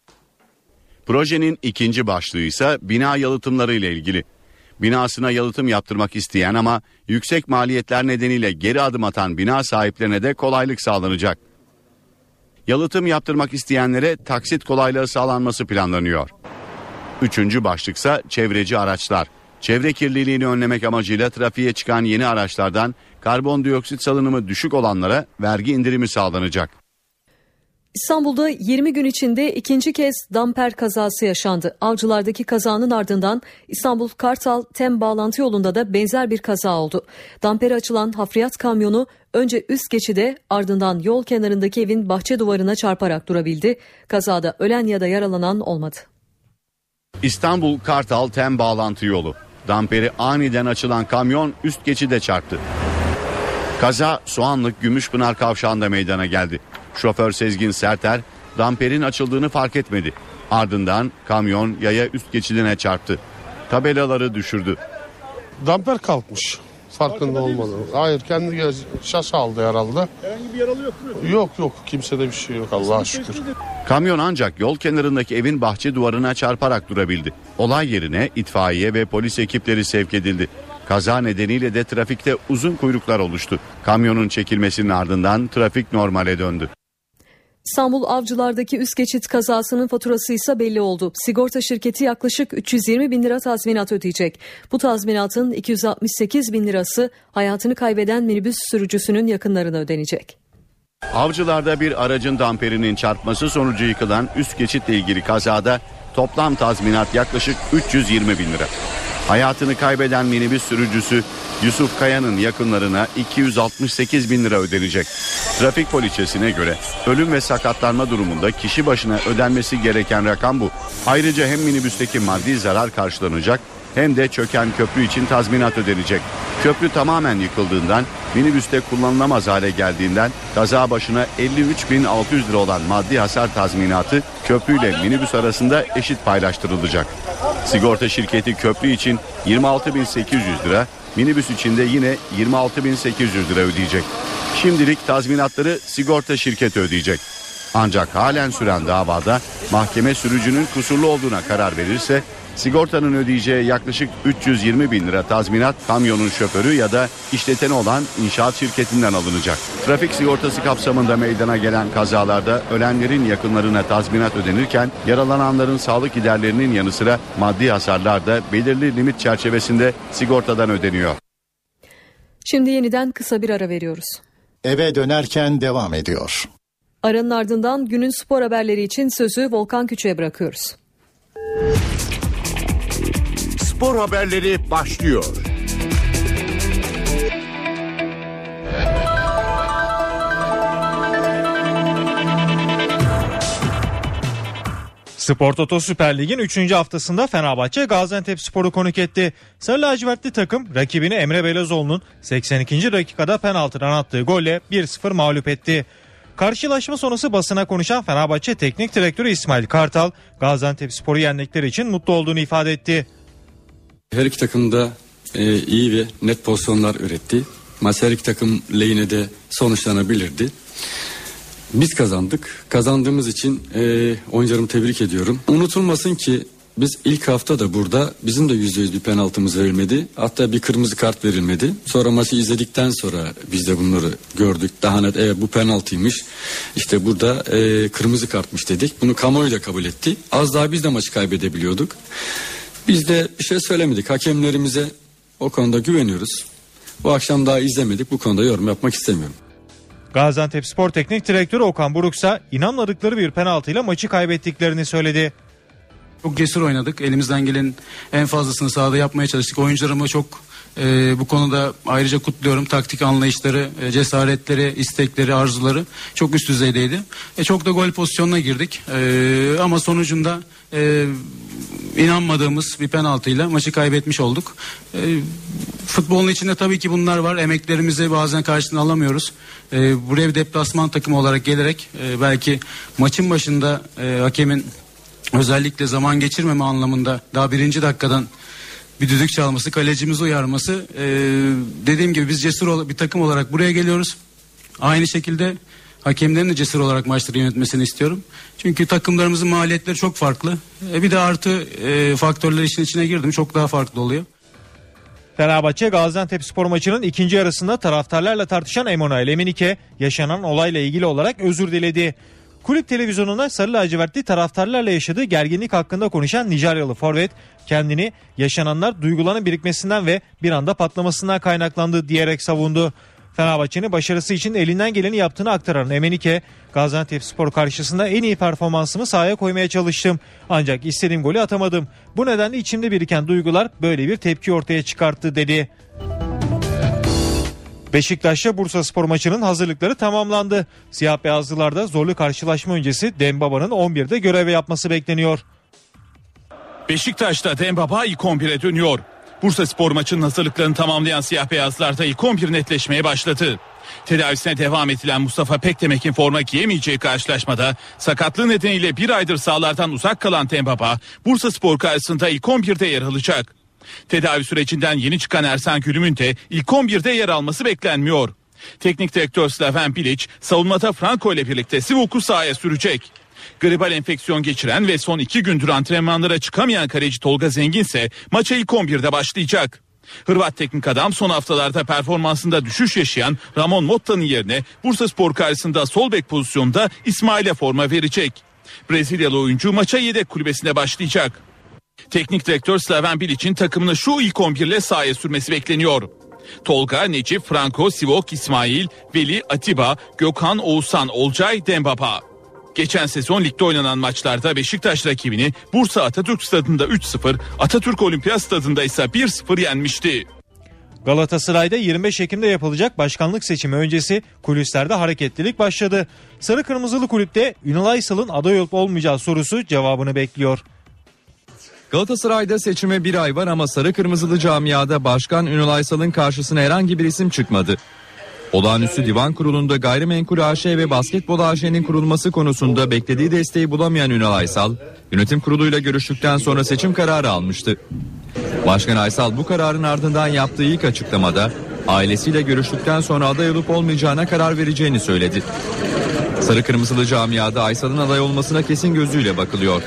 F: Projenin ikinci başlığı ise bina yalıtımları ile ilgili. Binasına yalıtım yaptırmak isteyen ama yüksek maliyetler nedeniyle geri adım atan bina sahiplerine de kolaylık sağlanacak. Yalıtım yaptırmak isteyenlere taksit kolaylığı sağlanması planlanıyor. Üçüncü başlıksa çevreci araçlar. Çevre kirliliğini önlemek amacıyla trafiğe çıkan yeni araçlardan karbondioksit salınımı düşük olanlara vergi indirimi sağlanacak.
B: İstanbul'da yirmi gün içinde ikinci kez damper kazası yaşandı. Avcılardaki kazanın ardından İstanbul Kartal Tem bağlantı yolunda da benzer bir kaza oldu. Dampere açılan hafriyat kamyonu önce üst geçide ardından yol kenarındaki evin bahçe duvarına çarparak durabildi. Kazada ölen ya da yaralanan olmadı.
F: İstanbul Kartal Tem bağlantı yolu. Damperi aniden açılan kamyon üst geçide çarptı. Kaza Soğanlık Gümüşpınar kavşağında meydana geldi. Şoför Sezgin Serter damperin açıldığını fark etmedi. Ardından kamyon yaya üst geçidine çarptı. Tabelaları düşürdü.
O: Damper kalkmış. Farkında olmadı. Hayır, kendi şasi aldı herhalde.
P: Herhangi bir yaralı yok mu?
O: Yok yok, kimsede bir şey yok Allah'a şükür.
F: Kamyon ancak yol kenarındaki evin bahçe duvarına çarparak durabildi. Olay yerine itfaiye ve polis ekipleri sevk edildi. Kaza nedeniyle de trafikte uzun kuyruklar oluştu. Kamyonun çekilmesinin ardından trafik normale döndü.
B: İstanbul Avcılar'daki üst geçit kazasının faturası ise belli oldu. Sigorta şirketi yaklaşık üç yüz yirmi bin lira tazminat ödeyecek. Bu tazminatın iki yüz altmış sekiz bin lirası hayatını kaybeden minibüs sürücüsünün yakınlarına ödenecek.
F: Avcılar'da bir aracın damperinin çarpması sonucu yıkılan üst geçitle ilgili kazada toplam tazminat yaklaşık üç yüz yirmi bin lira. Hayatını kaybeden minibüs sürücüsü Yusuf Kaya'nın yakınlarına iki yüz altmış sekiz bin lira ödenecek. Trafik poliçesine göre ölüm ve sakatlanma durumunda kişi başına ödenmesi gereken rakam bu. Ayrıca hem minibüsteki maddi zarar karşılanacak hem de çöken köprü için tazminat ödenecek. Köprü tamamen yıkıldığından, minibüste kullanılamaz hale geldiğinden kaza başına elli üç bin altı yüz lira olan maddi hasar tazminatı köprüyle minibüs arasında eşit paylaştırılacak. Sigorta şirketi köprü için yirmi altı bin sekiz yüz lira, minibüs için de yine yirmi altı bin sekiz yüz lira ödeyecek. Şimdilik tazminatları sigorta şirketi ödeyecek. Ancak halen süren davada mahkeme sürücünün kusurlu olduğuna karar verirse Sigortanın ödeyeceği yaklaşık üç yüz yirmi bin lira tazminat kamyonun şoförü ya da işleteni olan inşaat şirketinden alınacak. Trafik sigortası kapsamında meydana gelen kazalarda ölenlerin yakınlarına tazminat ödenirken yaralananların sağlık giderlerinin yanı sıra maddi hasarlar da belirli limit çerçevesinde sigortadan ödeniyor.
B: Şimdi yeniden kısa bir ara veriyoruz.
L: Eve dönerken devam ediyor.
B: Aranın ardından günün spor haberleri için sözü Volkan Küçük'e bırakıyoruz.
L: Spor haberleri başlıyor.
P: Spor Toto Süper Lig'in üçüncü haftasında Fenerbahçe Gaziantepspor'u konuk etti. Sarı lacivertli takım rakibini Emre Belezoğlu'nun seksen ikinci dakikada penaltıdan attığı golle bir sıfır mağlup etti. Karşılaşma sonrası basına konuşan Fenerbahçe Teknik Direktörü İsmail Kartal, Gaziantepspor'u yendikleri için mutlu olduğunu ifade etti.
Q: Her iki takım da e, iyi ve net pozisyonlar üretti. Maç her iki takım lehine de sonuçlanabilirdi. Biz kazandık. Kazandığımız için e, oyuncularımı tebrik ediyorum. Unutulmasın ki biz ilk hafta da burada bizim de yüzde yüz bir penaltımız verilmedi. Hatta bir kırmızı kart verilmedi. Sonra maçı izledikten sonra biz de bunları gördük. Daha net evet bu penaltıymış. İşte burada e, kırmızı kartmış dedik. Bunu kamuoyu da kabul etti. Az daha biz de maçı kaybedebiliyorduk. Biz de bir şey söylemedik. Hakemlerimize o konuda güveniyoruz. Bu akşam daha izlemedik. Bu konuda yorum yapmak istemiyorum.
P: Gaziantepspor Teknik Direktörü Okan Buruksa inanmadıkları bir penaltıyla maçı kaybettiklerini söyledi.
R: Çok cesur oynadık. Elimizden gelen en fazlasını sahada yapmaya çalıştık. Oyuncularımı çok e, bu konuda ayrıca kutluyorum. Taktik anlayışları, e, cesaretleri, istekleri, arzuları çok üst düzeydeydi. E, çok da gol pozisyonuna girdik. E, ama sonucunda e, inanmadığımız bir penaltıyla maçı kaybetmiş olduk. E, futbolun içinde tabii ki bunlar var. Emeklerimizi bazen karşılığını alamıyoruz. E, buraya bir deplasman takımı olarak gelerek e, belki maçın başında e, hakemin özellikle zaman geçirmeme anlamında daha birinci dakikadan bir düdük çalması, kalecimizi uyarması. Ee, dediğim gibi biz cesur bir takım olarak buraya geliyoruz. Aynı şekilde hakemlerin de cesur olarak maçları yönetmesini istiyorum. Çünkü takımlarımızın maliyetleri çok farklı. Ee, bir de artı e, faktörler işin içine girdim. Çok daha farklı oluyor.
P: Fenerbahçe Gaziantepspor maçının ikinci yarısında taraftarlarla tartışan Emanuel Emenike yaşanan olayla ilgili olarak özür diledi. Kulüp televizyonuna sarı lacivertli taraftarlarla yaşadığı gerginlik hakkında konuşan Nijeryalı forvet kendini yaşananlar duyguların birikmesinden ve bir anda patlamasından kaynaklandı diyerek savundu. Fenerbahçe'nin başarısı için elinden geleni yaptığını aktaran Emenike, Gaziantepspor karşısında en iyi performansımı sahaya koymaya çalıştım. Ancak istediğim golü atamadım. Bu nedenle içimde biriken duygular böyle bir tepki ortaya çıkarttı dedi. Beşiktaş'ta Bursaspor maçının hazırlıkları tamamlandı. Siyah beyazlılarda zorlu karşılaşma öncesi Dembaba'nın on birde görev yapması bekleniyor.
S: Beşiktaş'ta Dembaba ilk on bire dönüyor. Bursaspor maçının hazırlıklarını tamamlayan siyah beyazlarda ilk on bir netleşmeye başladı. Tedavisine devam edilen Mustafa Pekdemek'in forma giyemeyeceği karşılaşmada sakatlığı nedeniyle bir aydır sahalardan uzak kalan Dembaba Bursaspor karşısında ilk on birde yer alacak. Tedavi sürecinden yeni çıkan Ersan Gülüm'ün de ilk on birde yer alması beklenmiyor. Teknik direktör Slaven Bilic savunmada Franco ile birlikte Sivuk'u sahaya sürecek. Gribal enfeksiyon geçiren ve son iki gündür antrenmanlara çıkamayan kaleci Tolga Zengin ise maça ilk on birde başlayacak. Hırvat teknik adam son haftalarda performansında düşüş yaşayan Ramon Motta'nın yerine Bursaspor karşısında sol bek pozisyonda İsmail'e forma verecek. Brezilyalı oyuncu maça yedek kulübesinde başlayacak. Teknik direktör Slaven Bilic'in takımını şu ilk on bir ile sahaya sürmesi bekleniyor. Tolga, Necip, Franco, Sivok, İsmail, Veli, Atiba, Gökhan, Oğuzhan, Olcay, Dembaba. Geçen sezon ligde oynanan maçlarda Beşiktaş rakibini Bursa Atatürk Stadı'nda üç sıfır, Atatürk Olimpiyat Stadı'nda ise bir sıfır yenmişti.
P: Galatasaray'da yirmi beş Ekim'de yapılacak başkanlık seçimi öncesi kulislerde hareketlilik başladı. Sarı Kırmızılı kulüpte Ünal Aysal'ın aday olup olmayacağı sorusu cevabını bekliyor.
T: Galatasaray'da seçime bir ay var ama sarı kırmızılı camiada Başkan Ünal Aysal'ın karşısına herhangi bir isim çıkmadı. Olağanüstü Divan Kurulu'nda Gayrimenkul A Ş ve Basketbol A Ş'nin kurulması konusunda beklediği desteği bulamayan Ünal Aysal, yönetim kuruluyla görüştükten sonra seçim kararı almıştı. Başkan Aysal bu kararın ardından yaptığı ilk açıklamada ailesiyle görüştükten sonra aday olup olmayacağına karar vereceğini söyledi. Sarı kırmızılı camiada Aysal'ın aday olmasına kesin gözüyle bakılıyor.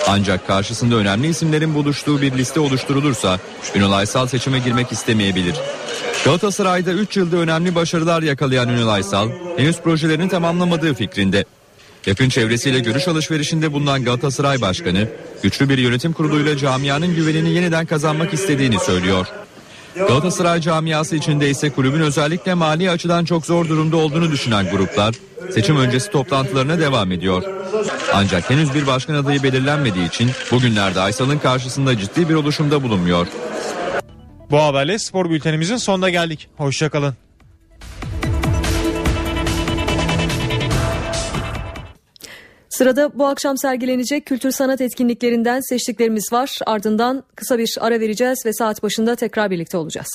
T: Ancak karşısında önemli isimlerin buluştuğu bir liste oluşturulursa Ünal Aysal seçime girmek istemeyebilir. Galatasaray'da üç yılda önemli başarılar yakalayan Ünal Aysal henüz projelerini tamamlamadığı fikrinde. Yakın çevresiyle görüş alışverişinde bulunan Galatasaray Başkanı, güçlü bir yönetim kuruluyla camianın güvenini yeniden kazanmak istediğini söylüyor. Galatasaray camiası içinde ise kulübün özellikle mali açıdan çok zor durumda olduğunu düşünen gruplar seçim öncesi toplantılarına devam ediyor. Ancak henüz bir başkan adayı belirlenmediği için bugünlerde Aysal'ın karşısında ciddi bir oluşumda bulunmuyor.
P: Bu haberle spor bültenimizin sonuna geldik. Hoşçakalın.
B: Sırada bu akşam sergilenecek kültür sanat etkinliklerinden seçtiklerimiz var. Ardından kısa bir ara vereceğiz ve saat başında tekrar birlikte olacağız.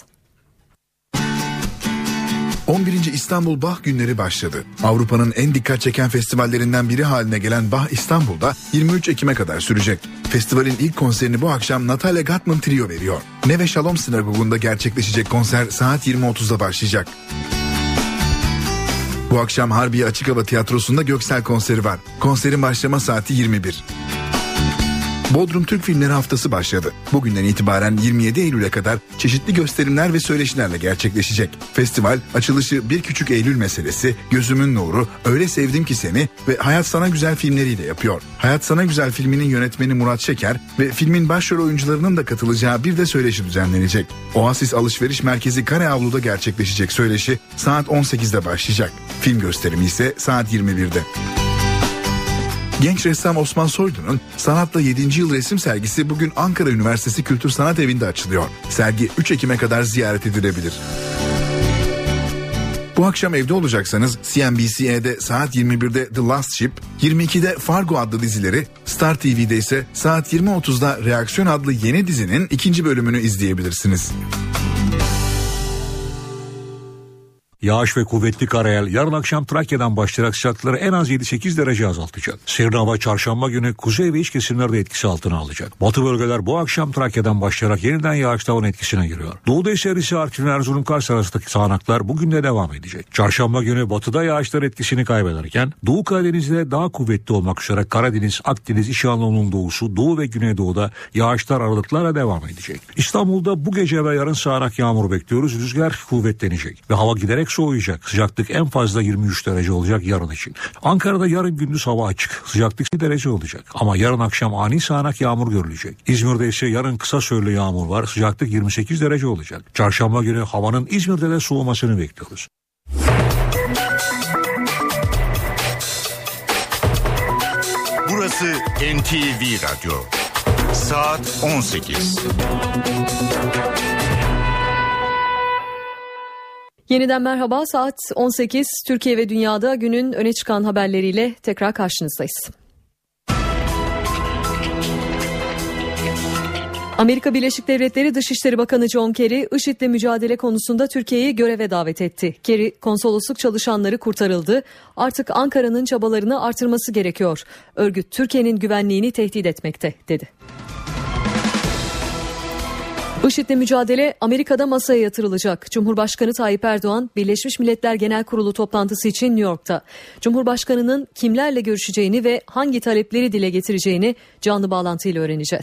U: on birinci İstanbul Bah Günleri başladı. Avrupa'nın en dikkat çeken festivallerinden biri haline gelen Bah İstanbul'da yirmi üç Ekim'e kadar sürecek. Festivalin ilk konserini bu akşam Natalia Gatman Trio veriyor. Neve Shalom Sinagogu'nda gerçekleşecek konser saat yirmi otuzda başlayacak. Bu akşam Harbiye Açık Hava Tiyatrosu'nda Göksel konseri var. Konserin başlama saati yirmi bir. Bodrum Türk Filmleri Haftası başladı. Bugünden itibaren yirmi yedi Eylül'e kadar çeşitli gösterimler ve söyleşilerle gerçekleşecek. Festival açılışı Bir Küçük Eylül Meselesi, Gözümün Nuru, Öyle Sevdim Ki Seni ve Hayat Sana Güzel filmleriyle yapıyor. Hayat Sana Güzel filminin yönetmeni Murat Şeker ve filmin başrol oyuncularının da katılacağı bir de söyleşi düzenlenecek. Oasis Alışveriş Merkezi Kare Avlu'da gerçekleşecek söyleşi saat on sekizde başlayacak. Film gösterimi ise saat yirmi birde. Genç ressam Osman Soylu'nun Sanatla yedinci yıl resim sergisi bugün Ankara Üniversitesi Kültür Sanat Evi'nde açılıyor. Sergi üç Ekim'e kadar ziyaret edilebilir. Bu akşam evde olacaksanız C N B C E'de saat yirmi birde The Last Ship, yirmi ikide Fargo adlı dizileri, Star T V'de ise saat yirmi otuzda Reaksiyon adlı yeni dizinin ikinci bölümünü izleyebilirsiniz.
V: Yağış ve kuvvetli karayel yarın akşam Trakya'dan başlayarak sıcaklıkları en az yedi sekiz derece azaltacak. Serin hava çarşamba günü kuzey ve iç kesimlerde etkisi altına alacak. Batı bölgeler bu akşam Trakya'dan başlayarak yeniden yağışlı havanın etkisine giriyor. Doğuda ise Rize, Artvin, Erzurum, Kars arasındaki sağanaklar bugün de devam edecek. Çarşamba günü batıda yağışlar etkisini kaybederken Doğu Karadeniz'de daha kuvvetli olmak üzere Karadeniz, Akdeniz, İç Anadolu'nun doğusu, Doğu ve Güneydoğu'da yağışlar aralıklarla devam edecek. İstanbul'da bu gece ve yarın sağanak yağmur bekliyoruz. Rüzgar kuvvetlenecek ve hava giderek soğuyacak. Sıcaklık en fazla yirmi üç derece olacak yarın için. Ankara'da yarın gündüz hava açık. Sıcaklık bir derece olacak. Ama yarın akşam ani sağanak yağmur görülecek. İzmir'de ise yarın kısa süreli yağmur var. Sıcaklık yirmi sekiz derece olacak. Çarşamba günü havanın İzmir'de de soğumasını bekliyoruz.
L: Burası N T V Radyo. Saat on sekiz.
B: Yeniden merhaba, saat on sekiz. Türkiye ve dünyada günün öne çıkan haberleriyle tekrar karşınızdayız. Amerika Birleşik Devletleri Dışişleri Bakanı John Kerry, IŞİD'le mücadele konusunda Türkiye'yi göreve davet etti. Kerry, konsolosluk çalışanları kurtarıldı, artık Ankara'nın çabalarını artırması gerekiyor. Örgüt Türkiye'nin güvenliğini tehdit etmekte, dedi. IŞİD'le mücadele Amerika'da masaya yatırılacak. Cumhurbaşkanı Tayyip Erdoğan, Birleşmiş Milletler Genel Kurulu toplantısı için New York'ta. Cumhurbaşkanının kimlerle görüşeceğini ve hangi talepleri dile getireceğini canlı bağlantıyla öğreneceğiz.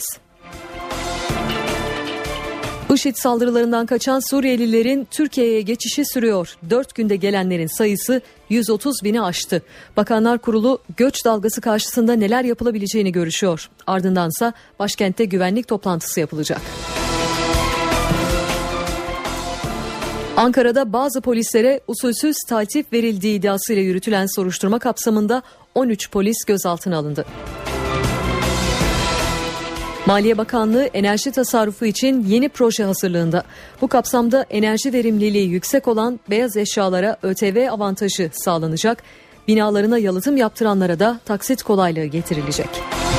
B: IŞİD saldırılarından kaçan Suriyelilerin Türkiye'ye geçişi sürüyor. Dört günde gelenlerin sayısı yüz otuz bini aştı. Bakanlar Kurulu göç dalgası karşısında neler yapılabileceğini görüşüyor. Ardındansa başkentte güvenlik toplantısı yapılacak. Ankara'da bazı polislere usulsüz taltif verildiği iddiasıyla yürütülen soruşturma kapsamında on üç polis gözaltına alındı. Maliye Bakanlığı enerji tasarrufu için yeni proje hazırlığında. Bu kapsamda enerji verimliliği yüksek olan beyaz eşyalara ÖTV avantajı sağlanacak. Binalarına yalıtım yaptıranlara da taksit kolaylığı getirilecek.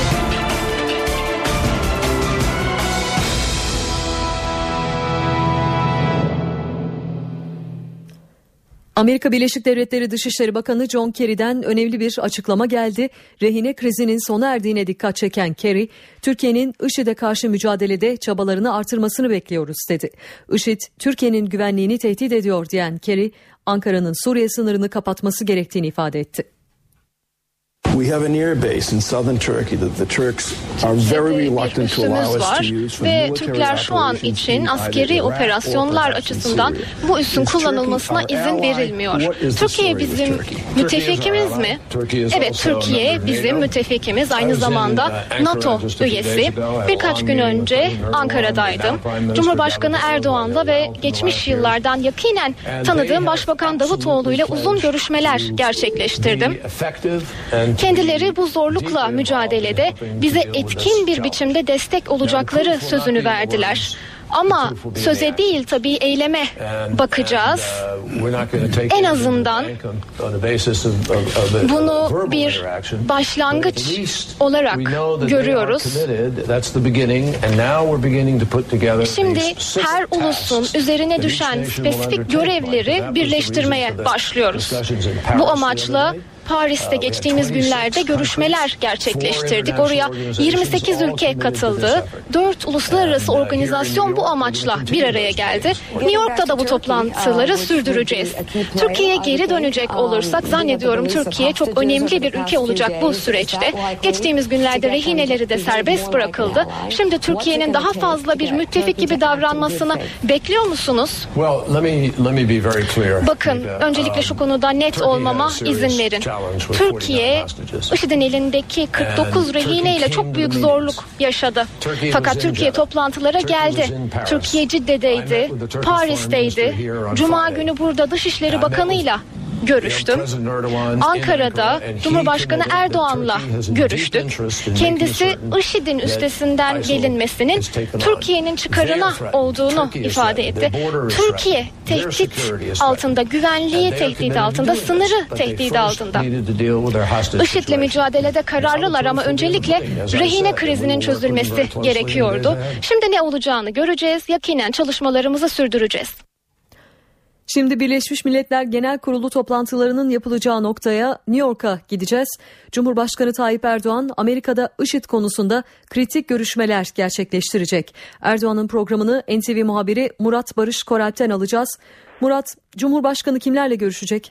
B: Amerika Birleşik Devletleri Dışişleri Bakanı John Kerry'den önemli bir açıklama geldi. Rehine krizinin sona erdiğine dikkat çeken Kerry, Türkiye'nin IŞİD'e karşı mücadelede çabalarını artırmasını bekliyoruz, dedi. IŞİD, Türkiye'nin güvenliğini tehdit ediyor diyen Kerry, Ankara'nın Suriye sınırını kapatması gerektiğini ifade etti.
C: We have a near base in southern Turkey that the Turks are very reluctant to allow us to use for
D: ve
C: military
D: Türkler şu an
C: operations
D: için
C: in
D: askeri
C: either Iraq or
D: operasyonlar
C: perhaps in
D: açısından
C: Syria.
D: bu üssün
C: Is
D: kullanılmasına
C: Turkey our
D: izin
C: ally?
D: verilmiyor.
C: What is the
D: Türkiye
C: story with
D: bizim
C: Turkey?
D: müttefikimiz
C: Turkey is
D: mi?
C: our ally. Turkey is
D: Evet,
C: also a
D: Türkiye
C: member of
D: bizim
C: NATO.
D: müttefikimiz,
C: I
D: aynı
C: was in,
D: zamanda
C: uh, Ankara
D: NATO
C: just a few days
D: üyesi.
C: ago. I had a
D: Birkaç
C: long
D: gün
C: meeting with
D: önce
C: President Erdogan
D: Ankara'daydım.
C: and now Prime Minister
D: Cumhurbaşkanı
C: Davutoglu
D: Erdoğan'la ve
C: there
D: geçmiş
C: last year.
D: yıllardan yakinen
C: And
D: tanıdığım
C: they
D: Başbakan
C: have
D: Davutoğlu ile
C: absolutely
D: uzun görüşmeler
C: pledged to
D: gerçekleştirdim.
C: be effective and to
D: Kendileri bu
C: be
D: zorlukla
C: deeply
D: mücadelede
C: involved in
D: bize
C: helping to deal with
D: etkin
C: this
D: bir
C: challenge.
D: biçimde destek olacakları
C: Now, the proof will
D: sözünü
C: not be in the
D: verdiler.
C: words.
D: Ama söze değil tabii eyleme bakacağız. En azından bunu bir başlangıç olarak görüyoruz. Şimdi her ulusun üzerine düşen spesifik görevleri birleştirmeye başlıyoruz. Bu amaçla Paris'te geçtiğimiz günlerde görüşmeler gerçekleştirdik. Oraya yirmi sekiz ülke katıldı. dört uluslararası organizasyon bu amaçla bir araya geldi. New York'ta da bu toplantıları sürdüreceğiz. Türkiye'ye geri dönecek olursak zannediyorum Türkiye çok önemli bir ülke olacak bu süreçte. Geçtiğimiz günlerde rehineleri de serbest bırakıldı. Şimdi Türkiye'nin daha fazla bir müttefik gibi davranmasını bekliyor musunuz? Bakın, öncelikle şu konuda net olmama izin verin. Türkiye, IŞİD'in elindeki kırk dokuz rehineyle çok büyük zorluk yaşadı. Fakat Türkiye toplantılara geldi. Türkiye Cidde'deydi, Paris'teydi. Cuma günü burada Dışişleri Bakanı'yla görüştüm. Ankara'da Cumhurbaşkanı Erdoğan'la görüştük. Kendisi IŞİD'in üstesinden gelinmesinin Türkiye'nin çıkarına olduğunu ifade etti. Türkiye tehdit altında, güvenliği tehdit altında, sınırı tehdit altında. IŞİD'le mücadelede kararlılar ama öncelikle rehine krizinin çözülmesi gerekiyordu. Şimdi ne olacağını göreceğiz. Yakinen çalışmalarımızı sürdüreceğiz.
B: Şimdi Birleşmiş Milletler Genel Kurulu toplantılarının yapılacağı noktaya New York'a gideceğiz. Cumhurbaşkanı Tayyip Erdoğan Amerika'da IŞİD konusunda kritik görüşmeler gerçekleştirecek. Erdoğan'ın programını N T V muhabiri Murat Barış Koralp'ten alacağız. Murat, Cumhurbaşkanı kimlerle görüşecek?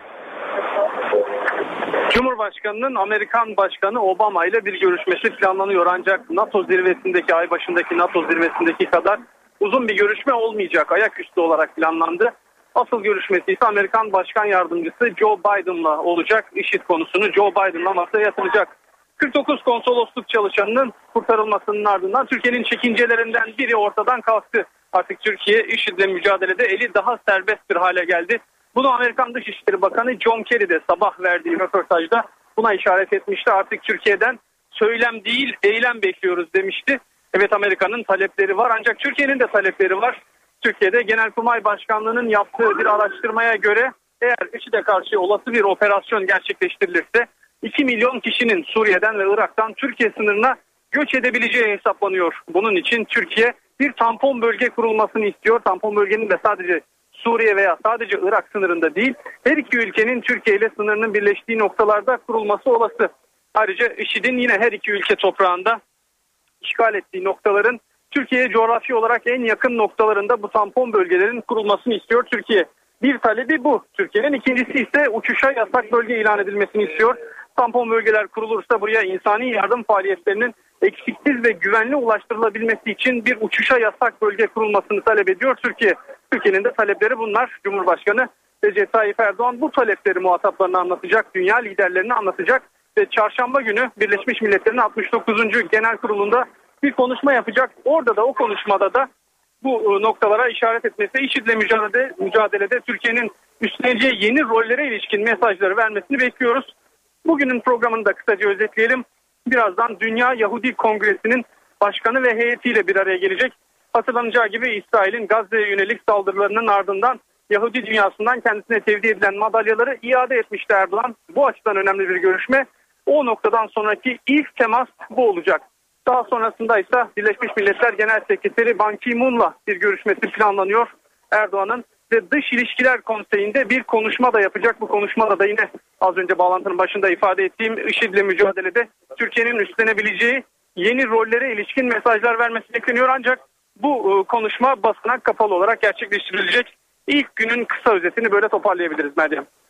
A: Cumhurbaşkanının Amerikan Başkanı Obama ile bir görüşmesi planlanıyor. Ancak NATO zirvesindeki, ay başındaki NATO zirvesindeki kadar uzun bir görüşme olmayacak. Ayaküstü olarak planlandı. Asıl görüşmesi ise Amerikan Başkan Yardımcısı Joe Biden'la olacak. IŞİD konusunu Joe Biden'la masaya yatıracak. kırk dokuz konsolosluk çalışanının kurtarılmasının ardından Türkiye'nin çekincelerinden biri ortadan kalktı. Artık Türkiye IŞİD'le mücadelede eli daha serbest bir hale geldi. Bunu Amerikan Dışişleri Bakanı John Kerry de sabah verdiği röportajda buna işaret etmişti. Artık Türkiye'den söylem değil eylem bekliyoruz demişti. Evet, Amerika'nın talepleri var ancak Türkiye'nin de talepleri var. Türkiye'de Genelkurmay Başkanlığı'nın yaptığı bir araştırmaya göre eğer IŞİD'e karşı olası bir operasyon gerçekleştirilirse iki milyon kişinin Suriye'den ve Irak'tan Türkiye sınırına göç edebileceği hesaplanıyor. Bunun için Türkiye bir tampon bölge kurulmasını istiyor. Tampon bölgenin de sadece Suriye veya sadece Irak sınırında değil, her iki ülkenin Türkiye ile sınırının birleştiği noktalarda kurulması olası. Ayrıca IŞİD'in yine her iki ülke toprağında işgal ettiği noktaların Türkiye'ye coğrafi olarak en yakın noktalarında bu tampon bölgelerin kurulmasını istiyor Türkiye. Bir talebi bu. Türkiye'nin ikincisi ise uçuşa yasak bölge ilan edilmesini istiyor. Tampon bölgeler kurulursa buraya insani yardım faaliyetlerinin eksiksiz ve güvenli ulaştırılabilmesi için bir uçuşa yasak bölge kurulmasını talep ediyor Türkiye. Türkiye'nin de talepleri bunlar. Cumhurbaşkanı Recep Tayyip Erdoğan bu talepleri muhataplarına anlatacak, dünya liderlerine anlatacak ve çarşamba günü Birleşmiş Milletler'in altmış dokuzuncu Genel Kurulu'nda bir konuşma yapacak. Orada da, o konuşmada da bu noktalara işaret etmesi, IŞİD'le mücadelede, mücadelede Türkiye'nin üstleneceği yeni rollere ilişkin mesajları vermesini bekliyoruz. Bugünün programını da kısaca özetleyelim. Birazdan Dünya Yahudi Kongresi'nin başkanı ve heyetiyle bir araya gelecek. Hatırlanacağı gibi İsrail'in Gazze'ye yönelik saldırılarının ardından Yahudi dünyasından kendisine tevdi edilen madalyaları iade etmişti Erdoğan. Bu açıdan önemli bir görüşme. O noktadan sonraki ilk temas bu olacak. Daha sonrasında ise Birleşmiş Milletler Genel Sekreteri Ban Ki-moon'la bir görüşmesi planlanıyor Erdoğan'ın ve Dış İlişkiler Konseyi'nde bir konuşma da yapacak. Bu konuşmada da yine az önce bağlantının başında ifade ettiğim IŞİD'le mücadelede Türkiye'nin üstlenebileceği yeni rollere ilişkin mesajlar vermesi bekleniyor. Ancak bu konuşma basına kapalı olarak gerçekleştirilecek. İlk günün kısa özetini böyle toparlayabiliriz Meryem.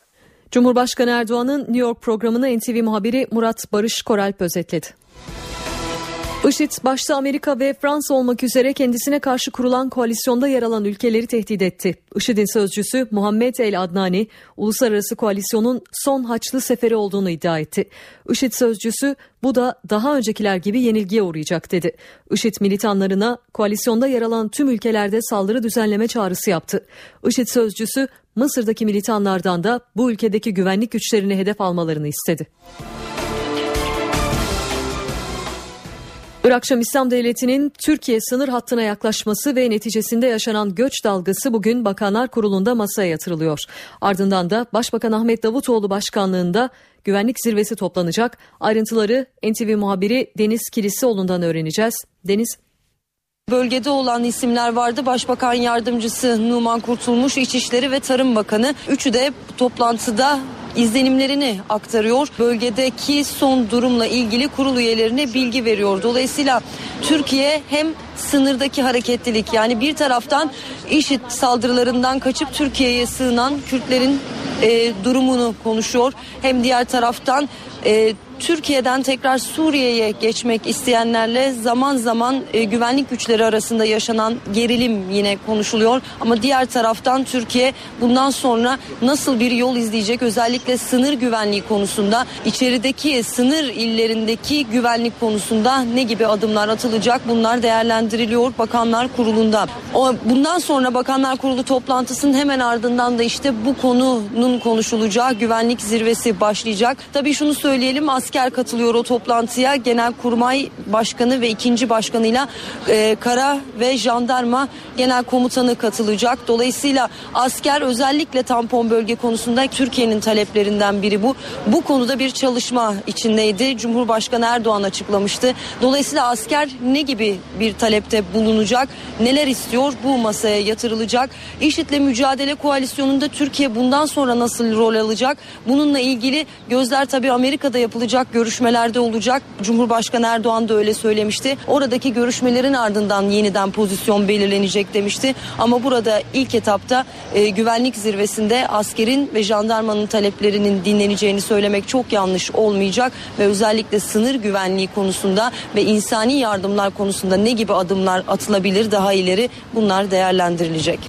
B: Cumhurbaşkanı Erdoğan'ın New York programını N T V muhabiri Murat Barış Koralp özetledi. IŞİD başta Amerika ve Fransa olmak üzere kendisine karşı kurulan koalisyonda yer alan ülkeleri tehdit etti. IŞİD'in sözcüsü Muhammed El Adnani, uluslararası koalisyonun son Haçlı seferi olduğunu iddia etti. IŞİD sözcüsü bu da daha öncekiler gibi yenilgiye uğrayacak dedi. IŞİD militanlarına koalisyonda yer alan tüm ülkelerde saldırı düzenleme çağrısı yaptı. IŞİD sözcüsü Mısır'daki militanlardan da bu ülkedeki güvenlik güçlerini hedef almalarını istedi. Irak Şam İslam Devleti'nin Türkiye sınır hattına yaklaşması ve neticesinde yaşanan göç dalgası bugün Bakanlar Kurulu'nda masaya yatırılıyor. Ardından da Başbakan Ahmet Davutoğlu başkanlığında güvenlik zirvesi toplanacak. Ayrıntıları N T V muhabiri Deniz Kilisioğlu'ndan öğreneceğiz. Deniz.
E: Bölgede olan isimler vardı. Başbakan Yardımcısı Numan Kurtulmuş, İçişleri ve Tarım Bakanı. Üçü de toplantıda izlenimlerini aktarıyor. Bölgedeki son durumla ilgili kurul üyelerine bilgi veriyor. Dolayısıyla Türkiye hem sınırdaki hareketlilik, yani bir taraftan IŞİD saldırılarından kaçıp Türkiye'ye sığınan Kürtlerin e, durumunu konuşuyor. Hem diğer taraftan e, Türkiye'den tekrar Suriye'ye geçmek isteyenlerle zaman zaman e, güvenlik güçleri arasında yaşanan gerilim yine konuşuluyor. Ama diğer taraftan Türkiye bundan sonra nasıl bir yol izleyecek, özellikle sınır güvenliği konusunda, içerideki sınır illerindeki güvenlik konusunda ne gibi adımlar atılacak, bunlar değerlendiriliyor Bakanlar Kurulu'nda. O, bundan sonra Bakanlar Kurulu toplantısının hemen ardından da işte bu konunun konuşulacağı güvenlik zirvesi başlayacak. Tabii şunu söyleyelim, asker katılıyor o toplantıya. Genelkurmay Başkanı ve ikinci başkanıyla e, Kara ve Jandarma Genel Komutanı katılacak. Dolayısıyla asker özellikle tampon bölge konusunda Türkiye'nin taleplerinden biri bu. Bu konuda bir çalışma içindeydi. Cumhurbaşkanı Erdoğan açıklamıştı. Dolayısıyla asker ne gibi bir talepte bulunacak, neler istiyor, bu masaya yatırılacak. IŞİD'le mücadele koalisyonunda Türkiye bundan sonra nasıl rol alacak? Bununla ilgili gözler tabii Amerika'da yapılacak görüşmelerde olacak. Cumhurbaşkanı Erdoğan da öyle söylemişti. Oradaki görüşmelerin ardından yeniden pozisyon belirlenecek demişti. Ama burada ilk etapta e, güvenlik zirvesinde askerin ve jandarmanın taleplerinin dinleneceğini söylemek çok yanlış olmayacak ve özellikle sınır güvenliği konusunda ve insani yardımlar konusunda ne gibi adımlar atılabilir daha ileri, bunlar değerlendirilecek.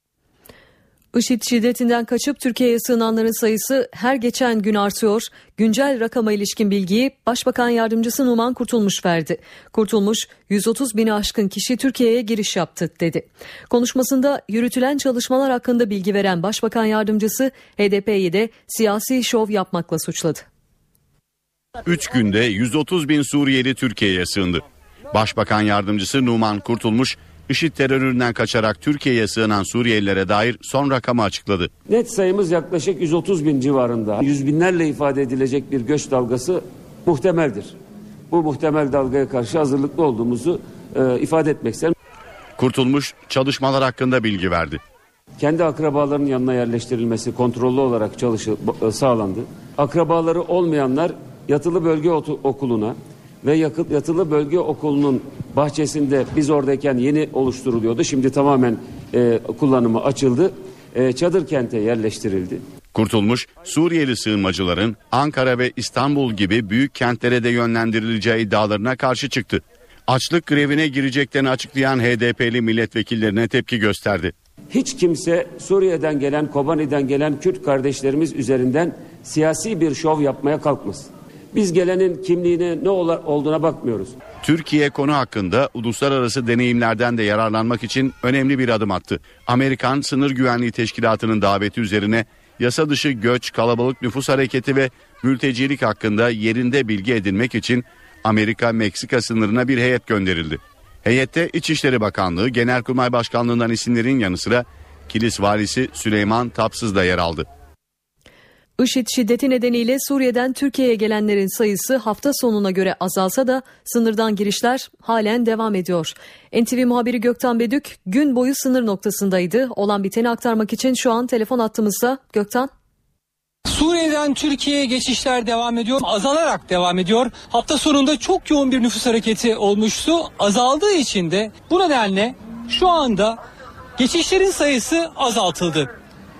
B: IŞİD şiddetinden kaçıp Türkiye'ye sığınanların sayısı her geçen gün artıyor. Güncel rakama ilişkin bilgiyi Başbakan Yardımcısı Numan Kurtulmuş verdi. Kurtulmuş, yüz otuz bini aşkın kişi Türkiye'ye giriş yaptı dedi. Konuşmasında yürütülen çalışmalar hakkında bilgi veren Başbakan Yardımcısı H D P'yi de siyasi şov yapmakla suçladı.
F: Üç günde yüz otuz bin Suriyeli Türkiye'ye sığındı. Başbakan Yardımcısı Numan Kurtulmuş, IŞİD teröründen kaçarak Türkiye'ye sığınan Suriyelilere dair son rakamı açıkladı.
G: Net sayımız yaklaşık yüz otuz bin civarında. Yüz binlerle ifade edilecek bir göç dalgası muhtemeldir. Bu muhtemel dalgaya karşı hazırlıklı olduğumuzu e, ifade etmek isterim.
F: Kurtulmuş çalışmalar hakkında bilgi verdi.
G: Kendi akrabalarının yanına yerleştirilmesi kontrollü olarak çalışı, sağlandı. Akrabaları olmayanlar yatılı bölge okuluna ve yatılı bölge okulunun bahçesinde, biz oradayken yeni oluşturuluyordu. Şimdi tamamen e, kullanıma açıldı. E, çadır kente yerleştirildi.
F: Kurtulmuş, Suriyeli sığınmacıların Ankara ve İstanbul gibi büyük kentlere de yönlendirileceği iddialarına karşı çıktı. Açlık grevine gireceklerini açıklayan H D P'li milletvekillerine tepki gösterdi.
G: Hiç kimse Suriye'den gelen, Kobani'den gelen Kürt kardeşlerimiz üzerinden siyasi bir şov yapmaya kalkmasın. Biz gelenin kimliğine ne olduğuna bakmıyoruz.
F: Türkiye konu hakkında uluslararası deneyimlerden de yararlanmak için önemli bir adım attı. Amerikan Sınır Güvenliği Teşkilatı'nın daveti üzerine yasa dışı göç, kalabalık nüfus hareketi ve mültecilik hakkında yerinde bilgi edinmek için Amerika-Meksika sınırına bir heyet gönderildi. Heyette İçişleri Bakanlığı, Genelkurmay Başkanlığı'ndan isimlerin yanı sıra Kilis Valisi Süleyman Tapsız da yer aldı.
B: IŞİD şiddeti nedeniyle Suriye'den Türkiye'ye gelenlerin sayısı hafta sonuna göre azalsa da sınırdan girişler halen devam ediyor. N T V muhabiri Gökten Bedük gün boyu sınır noktasındaydı. Olan biteni aktarmak için şu an telefon attığımızda. Gökten.
H: Suriye'den Türkiye'ye geçişler devam ediyor. Azalarak devam ediyor. Hafta sonunda çok yoğun bir nüfus hareketi olmuştu. Azaldığı için de bu nedenle şu anda geçişlerin sayısı azaltıldı.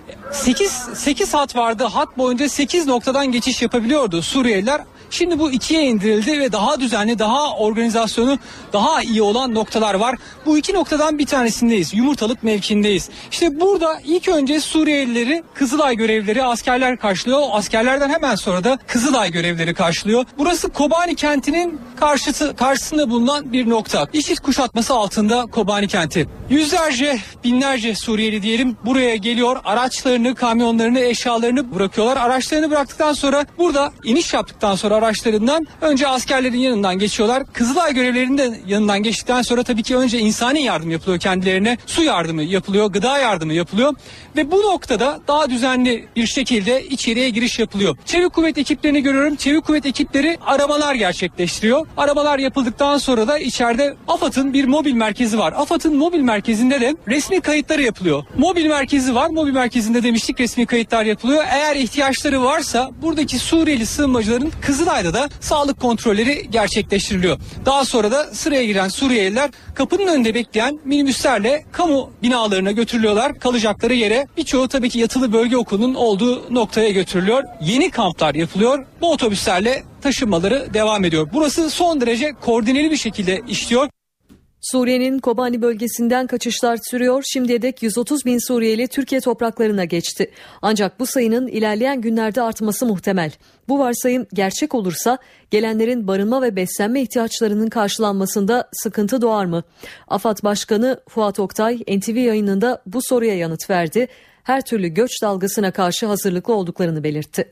H: sekiz hat vardı. Hat boyunca sekiz noktadan geçiş yapabiliyordu Suriyeliler. Şimdi bu ikiye indirildi ve daha düzenli, daha organizasyonu daha iyi olan noktalar var. Bu iki noktadan bir tanesindeyiz. Yumurtalık mevkiindeyiz. İşte burada ilk önce Suriyelileri Kızılay görevlileri, askerler karşılıyor. O askerlerden hemen sonra da Kızılay görevlileri karşılıyor. Burası Kobani kentinin karşısı, karşısında bulunan bir nokta. İŞİD kuşatması altında Kobani kenti. Yüzlerce, binlerce Suriyeli diyelim buraya geliyor. Araçlarını, kamyonlarını, eşyalarını bırakıyorlar. Araçlarını bıraktıktan sonra burada iniş yaptıktan sonra araçlarından önce askerlerin yanından geçiyorlar. Kızılay görevlilerinin de yanından geçtikten sonra tabii ki önce insani yardım yapılıyor kendilerine. Su yardımı yapılıyor, gıda yardımı yapılıyor. Ve bu noktada daha düzenli bir şekilde içeriye giriş yapılıyor. Çevik kuvvet ekiplerini görüyorum. Çevik kuvvet ekipleri aramalar gerçekleştiriyor. Aramalar yapıldıktan sonra da içeride AFAD'ın bir mobil merkezi var. AFAD'ın mobil merkezinde de resmi kayıtları yapılıyor. Mobil merkezi var. Mobil merkezinde demiştik resmi kayıtlar yapılıyor. Eğer ihtiyaçları varsa buradaki Suriyeli sığınmacıların Kızılay'da da sağlık kontrolleri gerçekleştiriliyor. Daha sonra da sıraya giren Suriyeliler kapının önünde bekleyen minibüslerle kamu binalarına götürülüyorlar. Kalacakları yere, birçoğu tabii ki yatılı bölge okulunun olduğu noktaya götürülüyor. Yeni kamplar yapılıyor. Bu otobüslerle taşınmaları devam ediyor. Burası son derece koordineli bir şekilde işliyor.
B: Suriye'nin Kobani bölgesinden kaçışlar sürüyor. Şimdiye dek yüz otuz bin Suriyeli Türkiye topraklarına geçti. Ancak bu sayının ilerleyen günlerde artması muhtemel. Bu varsayım gerçek olursa gelenlerin barınma ve beslenme ihtiyaçlarının karşılanmasında sıkıntı doğar mı? AFAD Başkanı Fuat Oktay N T V yayınında bu soruya yanıt verdi. Her türlü göç dalgasına karşı hazırlıklı olduklarını belirtti.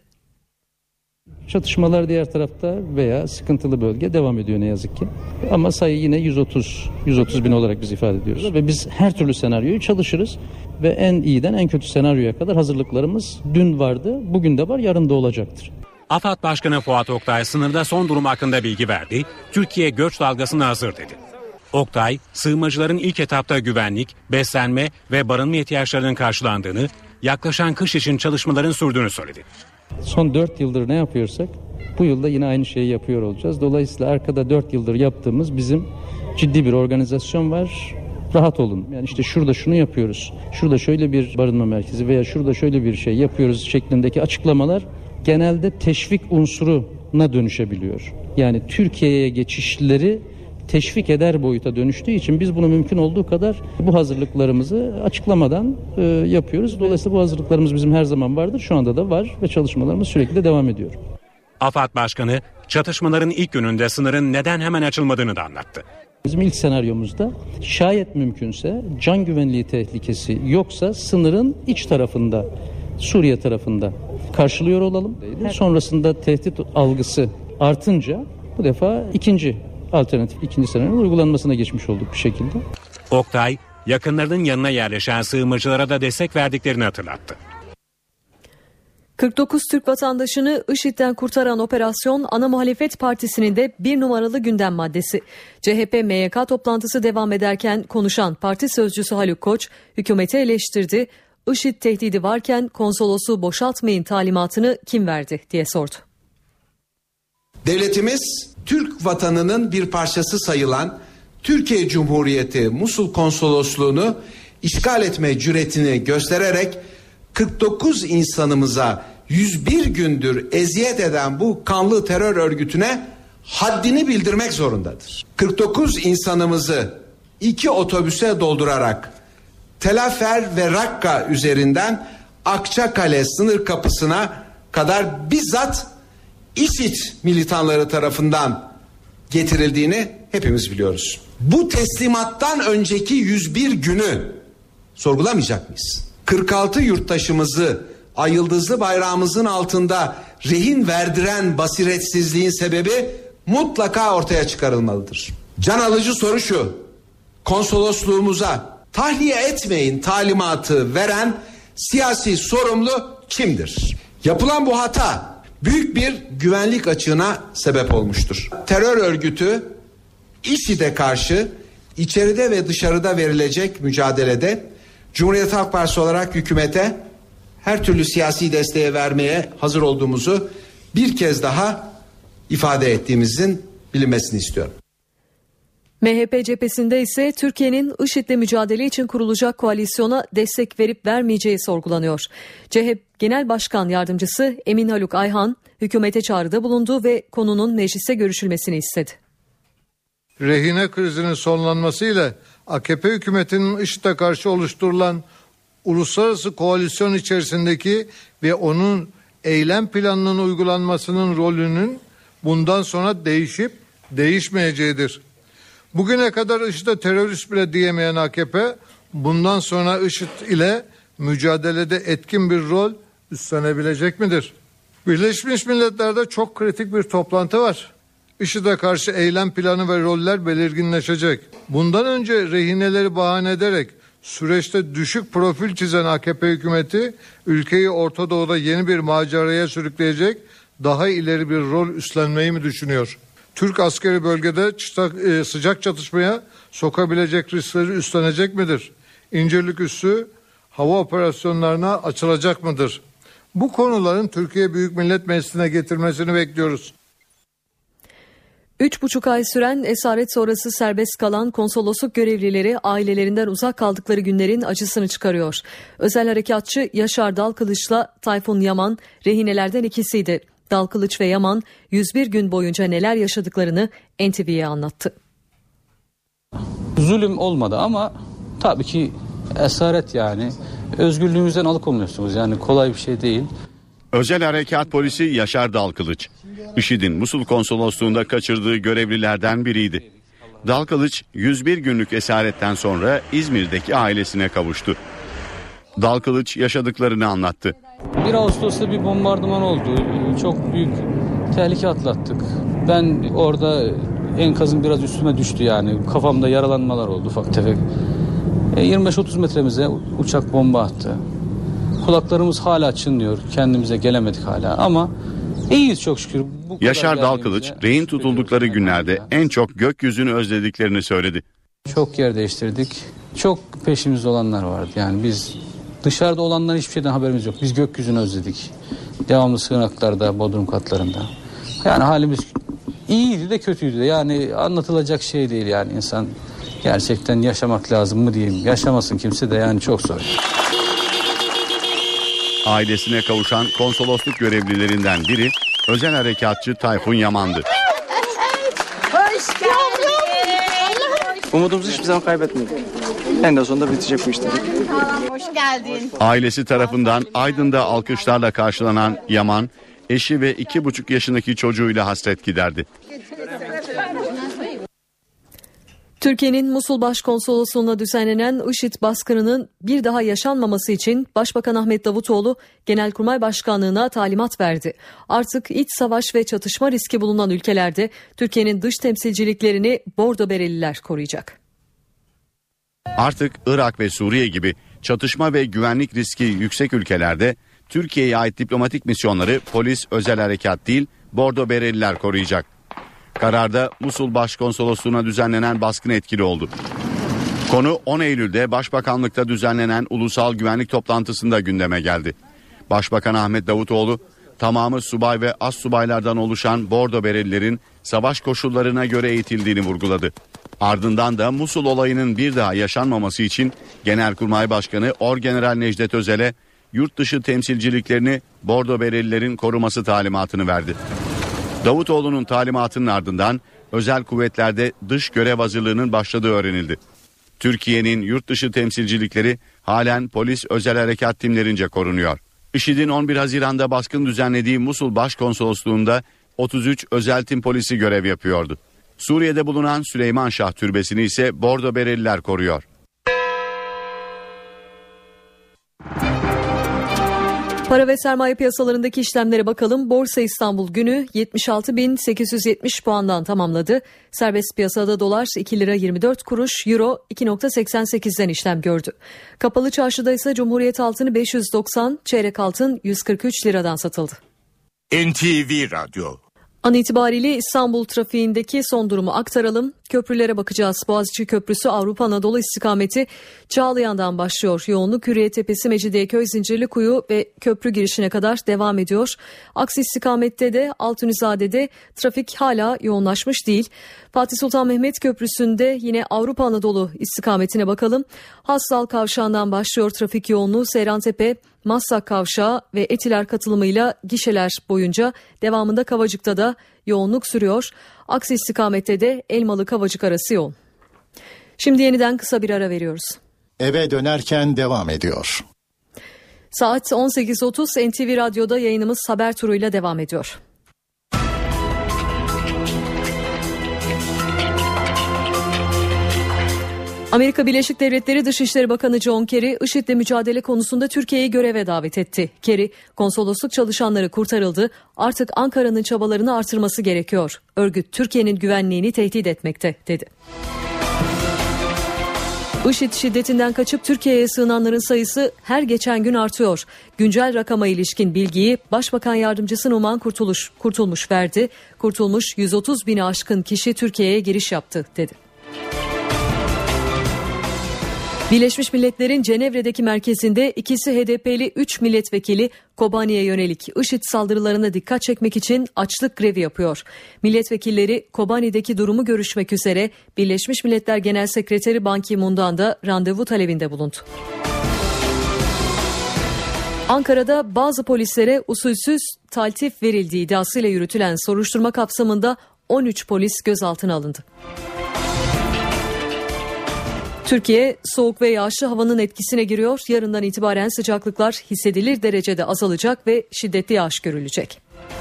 I: Çatışmalar diğer tarafta veya sıkıntılı bölge devam ediyor ne yazık ki. Ama sayı yine yüz otuz yüz otuz bin olarak biz ifade ediyoruz. Ve biz her türlü senaryoyu çalışırız. Ve en iyiden en kötü senaryoya kadar hazırlıklarımız dün vardı, bugün de var, yarın da olacaktır.
J: AFAD Başkanı Fuat Oktay sınırda son durum hakkında bilgi verdi. Türkiye göç dalgasına hazır dedi. Oktay, sığınmacıların ilk etapta güvenlik, beslenme ve barınma ihtiyaçlarının karşılandığını, yaklaşan kış için çalışmaların sürdüğünü söyledi.
I: Son dört yıldır ne yapıyorsak bu yılda yine aynı şeyi yapıyor olacağız. Dolayısıyla arkada dört yıldır yaptığımız bizim ciddi bir organizasyon var. Rahat olun. Yani işte şurada şunu yapıyoruz, şurada şöyle bir barınma merkezi veya şurada şöyle bir şey yapıyoruz şeklindeki açıklamalar genelde teşvik unsuruna dönüşebiliyor. Yani Türkiye'ye geçişleri teşvik eder boyuta dönüştüğü için biz bunu mümkün olduğu kadar bu hazırlıklarımızı açıklamadan e, yapıyoruz. Dolayısıyla bu hazırlıklarımız bizim her zaman vardır. Şu anda da var ve çalışmalarımız sürekli de devam ediyor.
J: AFAD Başkanı çatışmaların ilk gününde sınırın neden hemen açılmadığını da anlattı.
I: Bizim ilk senaryomuzda şayet mümkünse can güvenliği tehlikesi yoksa sınırın iç tarafında, Suriye tarafında karşılıyor olalım. Sonrasında tehdit algısı artınca bu defa ikinci alternatif, ikinci senaryonun uygulanmasına geçmiş olduk bir şekilde.
J: Oktay, yakınlarının yanına yerleşen sığınmacılara da destek verdiklerini hatırlattı.
B: kırk dokuz Türk vatandaşını IŞİD'den kurtaran operasyon ana muhalefet partisinin de bir numaralı gündem maddesi. C H P M Y K toplantısı devam ederken konuşan parti sözcüsü Haluk Koç hükümeti eleştirdi. IŞİD tehdidi varken konsolosu boşaltmayın talimatını kim verdi diye sordu.
W: Devletimiz Türk vatanının bir parçası sayılan Türkiye Cumhuriyeti Musul Konsolosluğunu işgal etme cüretini göstererek kırk dokuz insanımıza yüz bir gündür eziyet eden bu kanlı terör örgütüne haddini bildirmek zorundadır. kırk dokuz insanımızı iki otobüse doldurarak Telafer ve Rakka üzerinden Akçakale sınır kapısına kadar bizzat İŞİD militanları tarafından getirildiğini hepimiz biliyoruz. Bu teslimattan önceki yüz bir günü sorgulamayacak mıyız? kırk altı yurttaşımızı ay yıldızlı bayrağımızın altında rehin verdiren basiretsizliğin sebebi mutlaka ortaya çıkarılmalıdır. Can alıcı soru şu: konsolosluğumuza tahliye etmeyin talimatı veren siyasi sorumlu kimdir? Yapılan bu hata büyük bir güvenlik açığına sebep olmuştur. Terör örgütü İŞİD'e karşı içeride ve dışarıda verilecek mücadelede Cumhuriyet Halk Partisi olarak hükümete her türlü siyasi desteğe vermeye hazır olduğumuzu bir kez daha ifade ettiğimizin bilinmesini istiyorum.
B: M H P cephesinde ise Türkiye'nin IŞİD'le mücadele için kurulacak koalisyona destek verip vermeyeceği sorgulanıyor. C H P Genel Başkan Yardımcısı Emin Haluk Ayhan hükümete çağrıda bulundu ve konunun mecliste görüşülmesini istedi.
K: Rehine krizinin sonlanmasıyla A K P hükümetinin IŞİD'e karşı oluşturulan uluslararası koalisyon içerisindeki ve onun eylem planının uygulanmasının rolünün bundan sonra değişip değişmeyeceğidir. Bugüne kadar IŞİD'e terörist bile diyemeyen A K P bundan sonra IŞİD ile mücadelede etkin bir rol üstlenebilecek midir? Birleşmiş Milletler'de çok kritik bir toplantı var. IŞİD'e karşı eylem planı ve roller belirginleşecek. Bundan önce rehineleri bahane ederek süreçte düşük profil çizen A K P hükümeti ülkeyi Orta Doğu'da yeni bir maceraya sürükleyecek daha ileri bir rol üstlenmeyi mi düşünüyor? Türk askeri bölgede çıtak, e, sıcak çatışmaya sokabilecek riskleri üstlenecek midir? İncirlik üssü hava operasyonlarına açılacak mıdır? Bu konuların Türkiye Büyük Millet Meclisi'ne getirmesini bekliyoruz.
B: Üç buçuk ay süren esaret sonrası serbest kalan konsolosluk görevlileri ailelerinden uzak kaldıkları günlerin acısını çıkarıyor. Özel harekatçı Yaşar Dalkılıç'la Tayfun Yaman rehinelerden ikisiydi. Dalkılıç ve Yaman yüz bir gün boyunca neler yaşadıklarını N T V'ye anlattı.
M: Zulüm olmadı ama tabii ki esaret, yani özgürlüğümüzden alıkonmuyorsunuz, yani kolay bir şey değil.
F: Özel Harekat Polisi Yaşar Dalkılıç, IŞİD'in Musul konsolosluğunda kaçırdığı görevlilerden biriydi. Dalkılıç yüz bir günlük esaretten sonra İzmir'deki ailesine kavuştu. Dalkılıç yaşadıklarını anlattı.
M: bir Ağustos'ta bir bombardıman oldu. Çok büyük tehlike atlattık. Ben orada enkazın biraz üstüme düştü yani. Kafamda yaralanmalar oldu ufak tefek. yirmi beş otuz metremize uçak bomba attı. Kulaklarımız hala çınlıyor. Kendimize gelemedik hala ama iyiyiz çok şükür. Bu
F: Yaşar Dalkılıç rehin tutuldukları günlerde en çok gökyüzünü özlediklerini söyledi.
M: Çok yer değiştirdik. Çok peşimizde olanlar vardı. Yani biz dışarıda olanların hiçbir şeyden haberimiz yok. Biz gökyüzünü özledik. Devamlı sığınaklarda, bodrum katlarında. Yani halimiz iyiydi de kötüydü de. Yani anlatılacak şey değil yani, insan gerçekten yaşamak lazım mı diyeyim. Yaşamasın kimse de, yani çok zor.
F: Ailesine kavuşan konsolosluk görevlilerinden biri özel harekatçı Tayfun Yaman'dı.
N: Hoş geldin.
X: Umudumuzu hiçbir zaman kaybetmedik. En de sonunda bitecek bu işte.
N: Hoş geldin.
F: Ailesi tarafından Aydın'da alkışlarla karşılanan Yaman, eşi ve iki buçuk yaşındaki çocuğuyla hasret giderdi.
B: Türkiye'nin Musul Başkonsolosluğu'na düzenlenen IŞİD baskınının bir daha yaşanmaması için Başbakan Ahmet Davutoğlu Genelkurmay Başkanlığı'na talimat verdi. Artık iç savaş ve çatışma riski bulunan ülkelerde Türkiye'nin dış temsilciliklerini Bordo Bereliler koruyacak.
F: Artık Irak ve Suriye gibi çatışma ve güvenlik riski yüksek ülkelerde Türkiye'ye ait diplomatik misyonları polis, özel harekat değil, Bordo Bereliler koruyacak. Kararda Musul Başkonsolosluğu'na düzenlenen baskın etkili oldu. Konu on Eylül'de Başbakanlıkta düzenlenen ulusal güvenlik toplantısında gündeme geldi. Başbakan Ahmet Davutoğlu, tamamı subay ve astsubaylardan oluşan Bordo Berelilerin savaş koşullarına göre eğitildiğini vurguladı. Ardından da Musul olayının bir daha yaşanmaması için Genelkurmay Başkanı Orgeneral Necdet Özel'e yurt dışı temsilciliklerini Bordo Berelilerin koruması talimatını verdi. Davutoğlu'nun talimatının ardından özel kuvvetlerde dış görev hazırlığının başladığı öğrenildi. Türkiye'nin yurt dışı temsilcilikleri halen polis, özel harekat timlerince korunuyor. IŞİD'in on bir Haziran'da baskın düzenlediği Musul Başkonsolosluğu'nda otuz üç özel tim polisi görev yapıyordu. Suriye'de bulunan Süleyman Şah Türbesi'ni ise Bordo Bereliler koruyor.
B: Para ve sermaye piyasalarındaki işlemlere bakalım. Borsa İstanbul günü yetmiş altı bin sekiz yüz yetmiş puandan tamamladı. Serbest piyasada dolar iki lira yirmi dört kuruş, euro iki virgül seksen sekizden işlem gördü. Kapalı çarşıda ise Cumhuriyet altını beş yüz doksan, çeyrek altın yüz kırk üç liradan satıldı.
L: N T V Radyo.
B: An itibariyle İstanbul trafiğindeki son durumu aktaralım. Köprülere bakacağız. Boğaziçi Köprüsü Avrupa Anadolu istikameti Çağlayan'dan başlıyor. Yoğunluk Hürriyettepe, Mecidiyeköy, Zincirlikuyu ve köprü girişine kadar devam ediyor. Aksi istikamette de Altunizade'de trafik hala yoğunlaşmış değil. Fatih Sultan Mehmet Köprüsü'nde yine Avrupa Anadolu istikametine bakalım. Hastal Kavşağı'ndan başlıyor trafik yoğunluğu. Seyrantepe, Maslak Kavşağı ve Etiler katılımıyla gişeler boyunca, devamında Kavacık'ta da yoğunluk sürüyor. Aksi istikamette de Elmalı Kavacık arası yoğun. Şimdi yeniden kısa bir ara veriyoruz.
O: Eve dönerken devam ediyor.
B: Saat on sekiz otuz N T V Radyo'da yayınımız haber turuyla devam ediyor. Amerika Birleşik Devletleri Dışişleri Bakanı John Kerry, IŞİD'le mücadele konusunda Türkiye'yi göreve davet etti. Kerry, konsolosluk çalışanları kurtarıldı, artık Ankara'nın çabalarını artırması gerekiyor. Örgüt Türkiye'nin güvenliğini tehdit etmekte, dedi. IŞİD şiddetinden kaçıp Türkiye'ye sığınanların sayısı her geçen gün artıyor. Güncel rakama ilişkin bilgiyi Başbakan Yardımcısı Numan Kurtuluş, Kurtulmuş verdi. Kurtulmuş, yüz otuz bini aşkın kişi Türkiye'ye giriş yaptı, dedi. Birleşmiş Milletler'in Cenevre'deki merkezinde ikisi H D P'li üç milletvekili Kobani'ye yönelik IŞİD saldırılarına dikkat çekmek için açlık grevi yapıyor. Milletvekilleri Kobani'deki durumu görüşmek üzere Birleşmiş Milletler Genel Sekreteri Ban Ki-moon'dan da randevu talebinde bulundu. Ankara'da bazı polislere usulsüz taltif verildiği iddiasıyla yürütülen soruşturma kapsamında on üç polis gözaltına alındı. Türkiye soğuk ve yağışlı havanın etkisine giriyor. Yarından itibaren sıcaklıklar hissedilir derecede azalacak ve şiddetli yağış görülecek.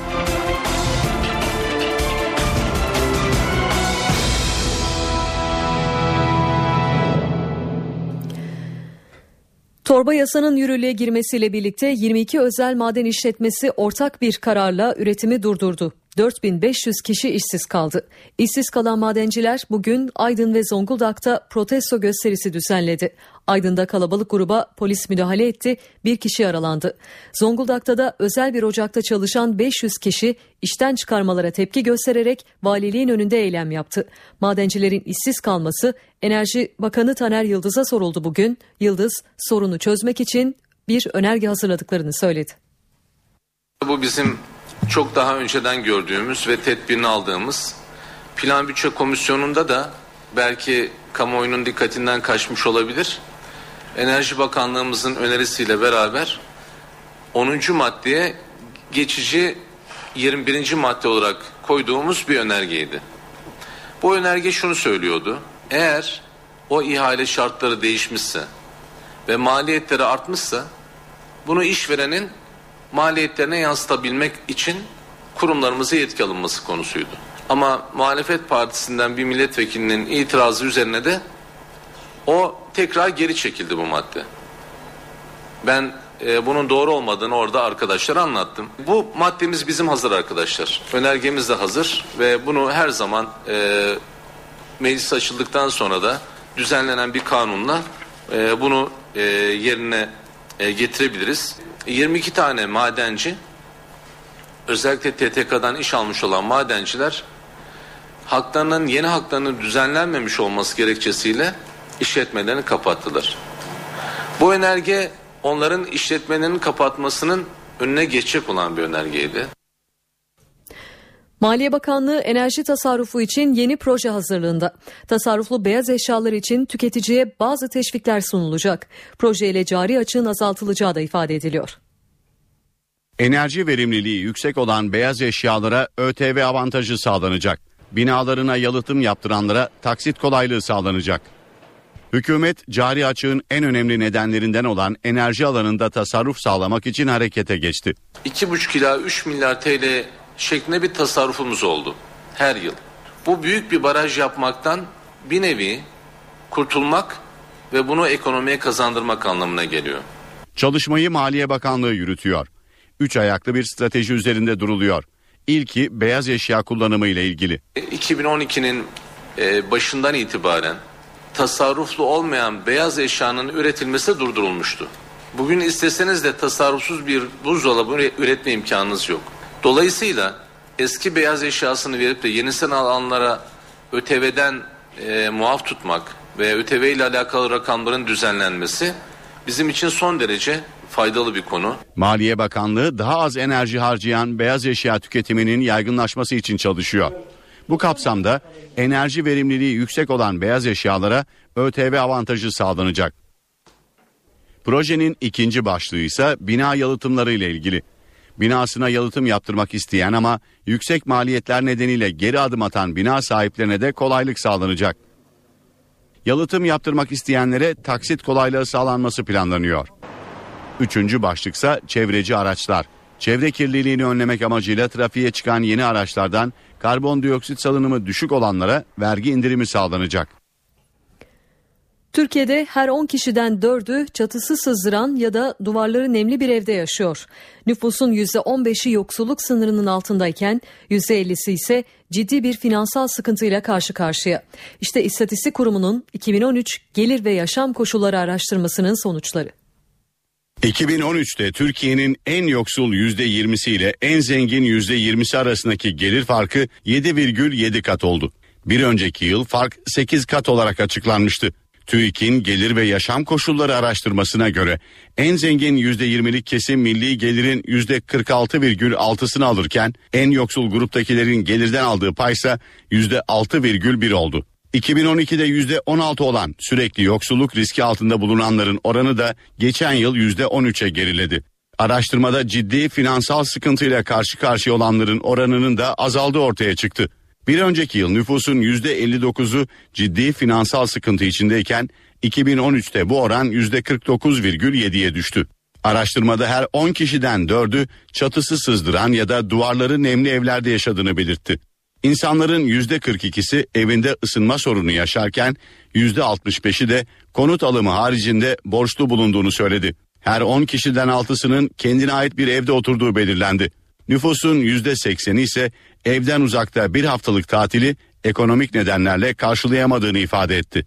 B: Torba yasanın yürürlüğe girmesiyle birlikte yirmi iki özel maden işletmesi ortak bir kararla üretimi durdurdu. dört bin beş yüz kişi işsiz kaldı. İşsiz kalan madenciler bugün Aydın ve Zonguldak'ta protesto gösterisi düzenledi. Aydın'da kalabalık gruba polis müdahale etti, bir kişi yaralandı. Zonguldak'ta da özel bir ocakta çalışan beş yüz kişi işten çıkarmalara tepki göstererek valiliğin önünde eylem yaptı. Madencilerin işsiz kalması Enerji Bakanı Taner Yıldız'a soruldu bugün. Yıldız sorunu çözmek için bir önerge hazırladıklarını söyledi.
Q: Bu bizim çok daha önceden gördüğümüz ve tedbirini aldığımız Plan Bütçe Komisyonu'nda da belki kamuoyunun dikkatinden kaçmış olabilir. Enerji Bakanlığımızın önerisiyle beraber onuncu maddeye geçici yirmi birinci madde olarak koyduğumuz bir önergeydi. Bu önerge şunu söylüyordu. Eğer o ihale şartları değişmişse ve maliyetleri artmışsa bunu işverenin maliyetlerine yansıtabilmek için kurumlarımıza yetki alınması konusuydu. Ama muhalefet partisinden bir milletvekilinin itirazı üzerine de o tekrar geri çekildi bu madde. Ben e, bunun doğru olmadığını orada arkadaşlara anlattım. Bu maddemiz bizim hazır arkadaşlar. Önergemiz de hazır ve bunu her zaman e, meclis açıldıktan sonra da düzenlenen bir kanunla e, bunu e, yerine e, getirebiliriz. yirmi iki tane madenci, özellikle T T K'dan iş almış olan madenciler haklarının yeni haklarının düzenlenmemiş olması gerekçesiyle işletmelerini kapattılar. Bu önerge onların işletmelerinin kapatmasının önüne geçecek olan bir önergeydi.
B: Maliye Bakanlığı enerji tasarrufu için yeni proje hazırlığında. Tasarruflu beyaz eşyalar için tüketiciye bazı teşvikler sunulacak. Projeyle cari açığın azaltılacağı da ifade ediliyor.
F: Enerji verimliliği yüksek olan beyaz eşyalara ÖTV avantajı sağlanacak. Binalarına yalıtım yaptıranlara taksit kolaylığı sağlanacak. Hükümet cari açığın en önemli nedenlerinden olan enerji alanında tasarruf sağlamak için harekete geçti.
Q: iki buçuk ila üç milyar T L şeklinde bir tasarrufumuz oldu her yıl. Bu büyük bir baraj yapmaktan bir nevi kurtulmak ve bunu ekonomiye kazandırmak anlamına geliyor.
F: Çalışmayı Maliye Bakanlığı yürütüyor. Üç ayaklı bir strateji üzerinde duruluyor. İlki beyaz eşya kullanımı ile ilgili.
Q: iki bin on ikinin başından itibaren tasarruflu olmayan beyaz eşyanın üretilmesi durdurulmuştu. Bugün isteseniz de tasarrufsuz bir buzdolabı üretme imkanınız yok. Dolayısıyla eski beyaz eşyasını verip de yenisini alanlara ÖTV'den e, muaf tutmak ve ÖTV ile alakalı rakamların düzenlenmesi bizim için son derece faydalı bir konu.
F: Maliye Bakanlığı daha az enerji harcayan beyaz eşya tüketiminin yaygınlaşması için çalışıyor. Bu kapsamda enerji verimliliği yüksek olan beyaz eşyalara ÖTV avantajı sağlanacak. Projenin ikinci başlığı ise bina yalıtımları ile ilgili. Binasına yalıtım yaptırmak isteyen ama yüksek maliyetler nedeniyle geri adım atan bina sahiplerine de kolaylık sağlanacak. Yalıtım yaptırmak isteyenlere taksit kolaylığı sağlanması planlanıyor. Üçüncü başlıksa çevreci araçlar. Çevre kirliliğini önlemek amacıyla trafiğe çıkan yeni araçlardan karbondioksit salınımı düşük olanlara vergi indirimi sağlanacak.
B: Türkiye'de her on kişiden dördü çatısı sızdıran ya da duvarları nemli bir evde yaşıyor. Nüfusun yüzde on beşi yoksulluk sınırının altındayken yüzde ellisi ise ciddi bir finansal sıkıntıyla karşı karşıya. İşte İstatistik Kurumu'nun iki bin on üç Gelir ve Yaşam Koşulları Araştırması'nın sonuçları.
F: iki bin on üçte Türkiye'nin en yoksul yüzde yirmisi ile en zengin yüzde yirmisi arasındaki gelir farkı yedi virgül yedi kat oldu. Bir önceki yıl fark sekiz kat olarak açıklanmıştı. TÜİK'in Gelir ve Yaşam Koşulları Araştırmasına göre en zengin yüzde yirmilik kesim milli gelirin yüzde kırk altı virgül altısını alırken en yoksul gruptakilerin gelirden aldığı paysa yüzde altı virgül bir oldu. iki bin on ikide yüzde on altı olan sürekli yoksulluk riski altında bulunanların oranı da geçen yıl yüzde on üçe geriledi. Araştırmada ciddi finansal sıkıntıyla karşı karşıya olanların oranının da azaldığı ortaya çıktı. Bir önceki yıl nüfusun yüzde elli dokuzu ciddi finansal sıkıntı içindeyken iki bin on üçte bu oran yüzde kırk dokuz virgül yediye düştü. Araştırmada her on kişiden dördü çatısı sızdıran ya da duvarları nemli evlerde yaşadığını belirtti. İnsanların yüzde kırk ikisi evinde ısınma sorunu yaşarken yüzde altmış beşi de konut alımı haricinde borçlu bulunduğunu söyledi. Her on kişiden altısının kendine ait bir evde oturduğu belirlendi. Nüfusun yüzde sekseni ise evden uzakta bir haftalık tatili ekonomik nedenlerle karşılayamadığını ifade etti.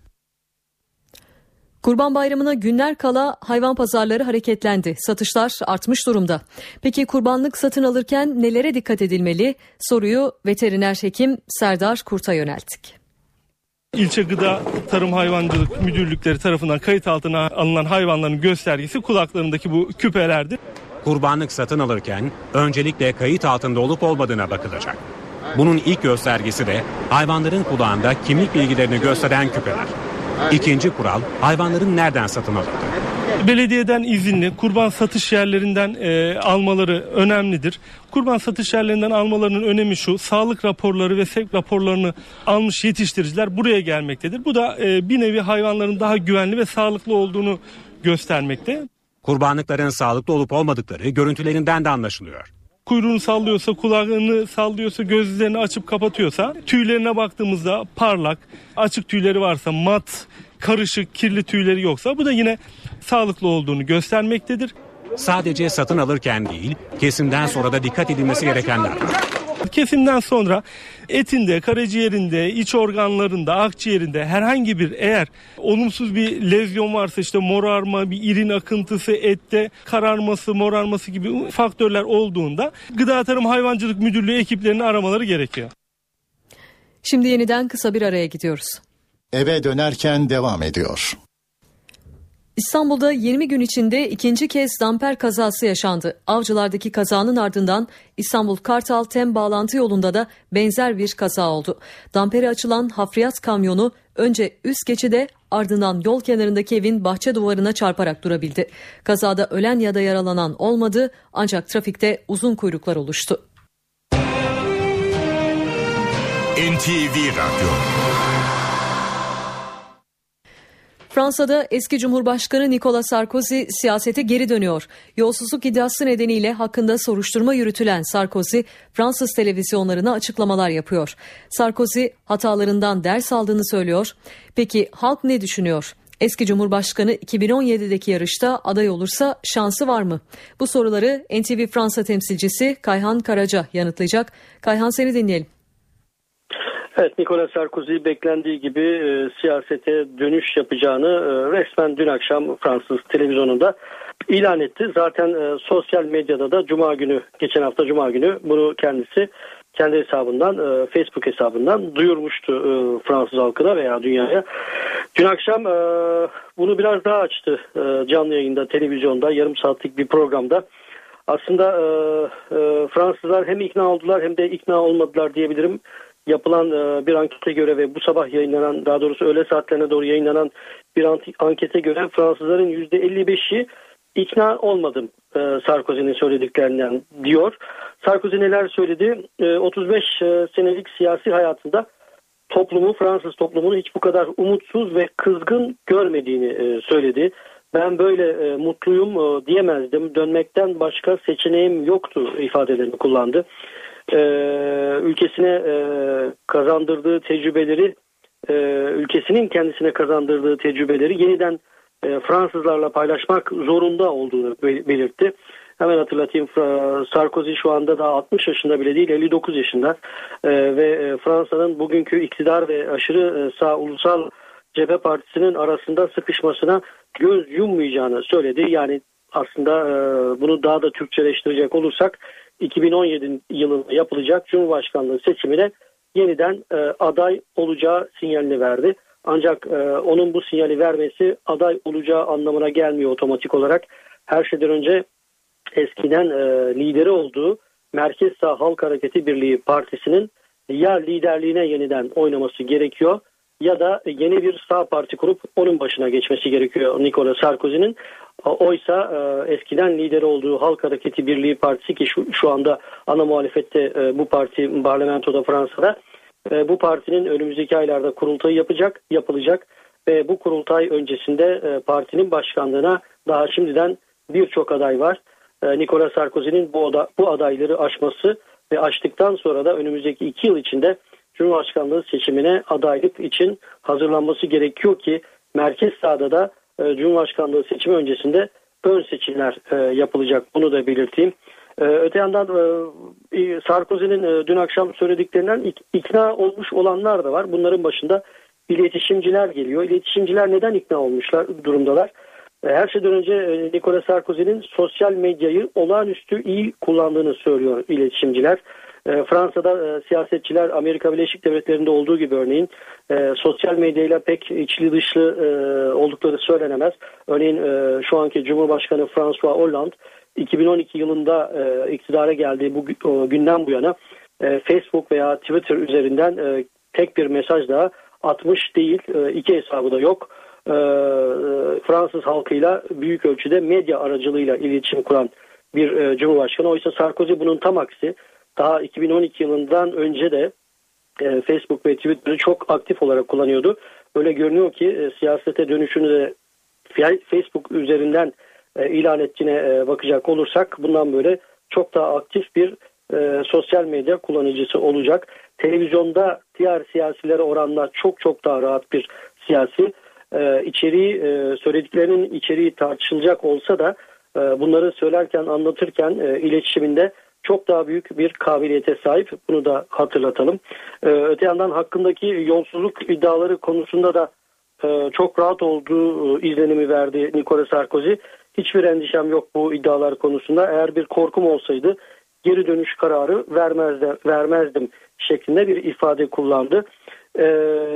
B: Kurban Bayramı'na günler kala hayvan pazarları hareketlendi. Satışlar artmış durumda. Peki kurbanlık satın alırken nelere dikkat edilmeli? Soruyu veteriner hekim Serdar Kurt'a yönelttik.
P: İlçe Gıda Tarım Hayvancılık Müdürlükleri tarafından kayıt altına alınan hayvanların göstergesi kulaklarındaki bu küpelerdir.
J: Kurbanlık satın alırken öncelikle kayıt altında olup olmadığına bakılacak. Bunun ilk göstergesi de hayvanların kulağında kimlik bilgilerini gösteren küpeler. İkinci kural, hayvanların nereden satın alındığı.
P: Belediyeden izinli kurban satış yerlerinden e, almaları önemlidir. Kurban satış yerlerinden almalarının önemi şu: sağlık raporları ve sevk raporlarını almış yetiştiriciler buraya gelmektedir. Bu da e, bir nevi hayvanların daha güvenli ve sağlıklı olduğunu göstermekte.
J: Kurbanlıkların sağlıklı olup olmadıkları görüntülerinden de anlaşılıyor.
P: Kuyruğunu sallıyorsa, kulağını sallıyorsa, gözlerini açıp kapatıyorsa, tüylerine baktığımızda parlak, açık tüyleri varsa, mat, karışık, kirli tüyleri yoksa bu da yine sağlıklı olduğunu göstermektedir.
J: Sadece satın alırken değil, kesimden sonra da dikkat edilmesi gerekenler var.
P: Kesimden sonra etinde, karaciğerinde, iç organlarında, akciğerinde herhangi bir eğer olumsuz bir lezyon varsa, işte morarma, bir irin akıntısı, ette kararması, morarması gibi faktörler olduğunda Gıda Tarım Hayvancılık Müdürlüğü ekiplerini aramaları gerekiyor.
B: Şimdi yeniden kısa bir araya gidiyoruz.
O: Eve dönerken devam ediyor.
B: İstanbul'da yirmi gün içinde ikinci kez damper kazası yaşandı. Avcılardaki kazanın ardından İstanbul Kartal-Tem bağlantı yolunda da benzer bir kaza oldu. Dampere açılan hafriyat kamyonu önce üst geçide, ardından yol kenarındaki evin bahçe duvarına çarparak durabildi. Kazada ölen ya da yaralanan olmadı, ancak trafikte uzun kuyruklar oluştu.
L: N T V Radyo.
B: Fransa'da eski Cumhurbaşkanı Nicolas Sarkozy siyasete geri dönüyor. Yolsuzluk iddiası nedeniyle hakkında soruşturma yürütülen Sarkozy, Fransız televizyonlarına açıklamalar yapıyor. Sarkozy hatalarından ders aldığını söylüyor. Peki halk ne düşünüyor? Eski Cumhurbaşkanı iki bin on yedideki yarışta aday olursa şansı var mı? Bu soruları N T V Fransa temsilcisi Kayhan Karaca yanıtlayacak. Kayhan, seni dinleyelim.
R: Evet, Nicolas Sarkozy beklendiği gibi e, siyasete dönüş yapacağını e, resmen dün akşam Fransız televizyonunda ilan etti. Zaten e, sosyal medyada da Cuma günü, geçen hafta Cuma günü bunu kendisi kendi hesabından, e, Facebook hesabından duyurmuştu e, Fransız halkına veya dünyaya. Dün akşam e, bunu biraz daha açtı e, canlı yayında, televizyonda, yarım saatlik bir programda. Aslında e, e, Fransızlar hem ikna oldular hem de ikna olmadılar diyebilirim. Yapılan e, bir ankete göre ve bu sabah yayınlanan, daha doğrusu öğle saatlerine doğru yayınlanan bir ankete göre Fransızların yüzde elli beşi ikna olmadım e, Sarkozy'nin söylediklerinden diyor. Sarkozy neler söyledi? E, otuz beş e, senelik siyasi hayatında toplumu, Fransız toplumunu hiç bu kadar umutsuz ve kızgın görmediğini e, söyledi. Ben böyle e, mutluyum e, diyemezdim. Dönmekten başka seçeneğim yoktu ifadelerini kullandı. E, ülkesine e, kazandırdığı tecrübeleri, e, ülkesinin kendisine kazandırdığı tecrübeleri yeniden e, Fransızlarla paylaşmak zorunda olduğunu belirtti. Hemen hatırlatayım, Sarkozy şu anda daha altmış yaşında bile değil, elli dokuz yaşında e, ve Fransa'nın bugünkü iktidar ve aşırı sağ ulusal cephe partisinin arasında sıkışmasına göz yummayacağını söyledi. Yani aslında e, bunu daha da Türkçeleştirecek olursak iki bin on yedi yılında yapılacak Cumhurbaşkanlığı seçimine yeniden e, aday olacağı sinyalini verdi. Ancak e, onun bu sinyali vermesi aday olacağı anlamına gelmiyor otomatik olarak. Her şeyden önce eskiden e, lideri olduğu Merkez Sağ Halk Hareketi Birliği Partisi'nin ya liderliğine yeniden oynaması gerekiyor ya da yeni bir sağ parti kurup onun başına geçmesi gerekiyor Nicolas Sarkozy'nin. Oysa e, eskiden lideri olduğu Halk Hareketi Birliği Partisi, ki şu, şu anda ana muhalefette e, bu parti parlamentoda Fransa'da, e, bu partinin önümüzdeki aylarda kurultayı yapacak, yapılacak ve bu kurultay öncesinde e, partinin başkanlığına daha şimdiden birçok aday var. E, Nicolas Sarkozy'nin bu, oda, bu adayları aşması ve aştıktan sonra da önümüzdeki iki yıl içinde Cumhurbaşkanlığı seçimine adaylık için hazırlanması gerekiyor ki merkez sağda da e, Cumhurbaşkanlığı seçimi öncesinde ön seçimler e, yapılacak. Bunu da belirteyim. E, öte yandan e, Sarkozy'nin e, dün akşam söylediklerinden ik, ikna olmuş olanlar da var. Bunların başında iletişimciler geliyor. İletişimciler neden ikna olmuşlar durumdalar? E, her şeyden önce e, Nicolas Sarkozy'nin sosyal medyayı olağanüstü iyi kullandığını söylüyor iletişimciler. E, Fransa'da e, siyasetçiler Amerika Birleşik Devletleri'nde olduğu gibi örneğin e, sosyal medyayla pek içli dışlı e, oldukları söylenemez. Örneğin e, şu anki Cumhurbaşkanı François Hollande iki bin on iki yılında e, iktidara geldiği bu o, günden bu yana e, Facebook veya Twitter üzerinden e, tek bir mesaj daha atmış değil. E, iki hesabı da yok. E, e, Fransız halkıyla büyük ölçüde medya aracılığıyla iletişim kuran bir e, Cumhurbaşkanı. Oysa Sarkozy bunun tam aksi. Daha iki bin on iki yılından önce de e, Facebook ve Twitter'ı çok aktif olarak kullanıyordu. Öyle görünüyor ki e, siyasete dönüşünü de Facebook üzerinden e, ilan ettiğine e, bakacak olursak bundan böyle çok daha aktif bir e, sosyal medya kullanıcısı olacak. Televizyonda diğer siyasilere oranla çok çok daha rahat bir siyasi. E, içeriği, e, söylediklerinin içeriği tartışılacak olsa da e, bunları söylerken, anlatırken e, iletişiminde çok daha büyük bir kabiliyete sahip. Bunu da hatırlatalım. Ee, öte yandan hakkındaki yolsuzluk iddiaları konusunda da e, çok rahat olduğu e, izlenimi verdi Nicolas Sarkozy. Hiçbir endişem yok bu iddialar konusunda. Eğer bir korkum olsaydı geri dönüş kararı vermezdim, vermezdim şeklinde bir ifade kullandı. Ee,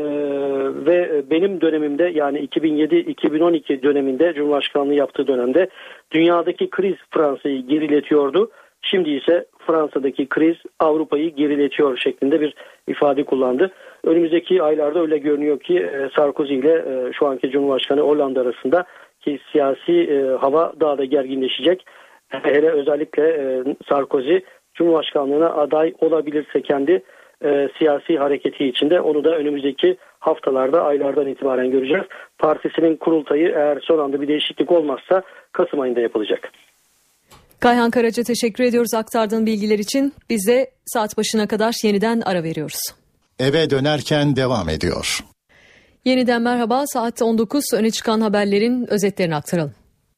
R: ve benim dönemimde, yani iki bin yedi iki bin on iki döneminde, Cumhurbaşkanlığı yaptığı dönemde dünyadaki kriz Fransa'yı geriletiyordu. Şimdi ise Fransa'daki kriz Avrupa'yı geriletiyor şeklinde bir ifade kullandı. Önümüzdeki aylarda öyle görünüyor ki Sarkozy ile şu anki Cumhurbaşkanı Hollande arasında ki siyasi hava daha da gerginleşecek. Hele özellikle Sarkozy Cumhurbaşkanlığına aday olabilirse kendi siyasi hareketi içinde, onu da önümüzdeki haftalarda, aylardan itibaren göreceğiz. Partisinin kurultayı eğer son anda bir değişiklik olmazsa Kasım ayında yapılacak.
B: Kayhan Karaca, teşekkür ediyoruz aktardığın bilgiler için. Biz de saat başına kadar yeniden ara veriyoruz.
O: Eve dönerken devam ediyor.
B: Yeniden merhaba, saat on dokuz, öne çıkan haberlerin özetlerini aktaralım.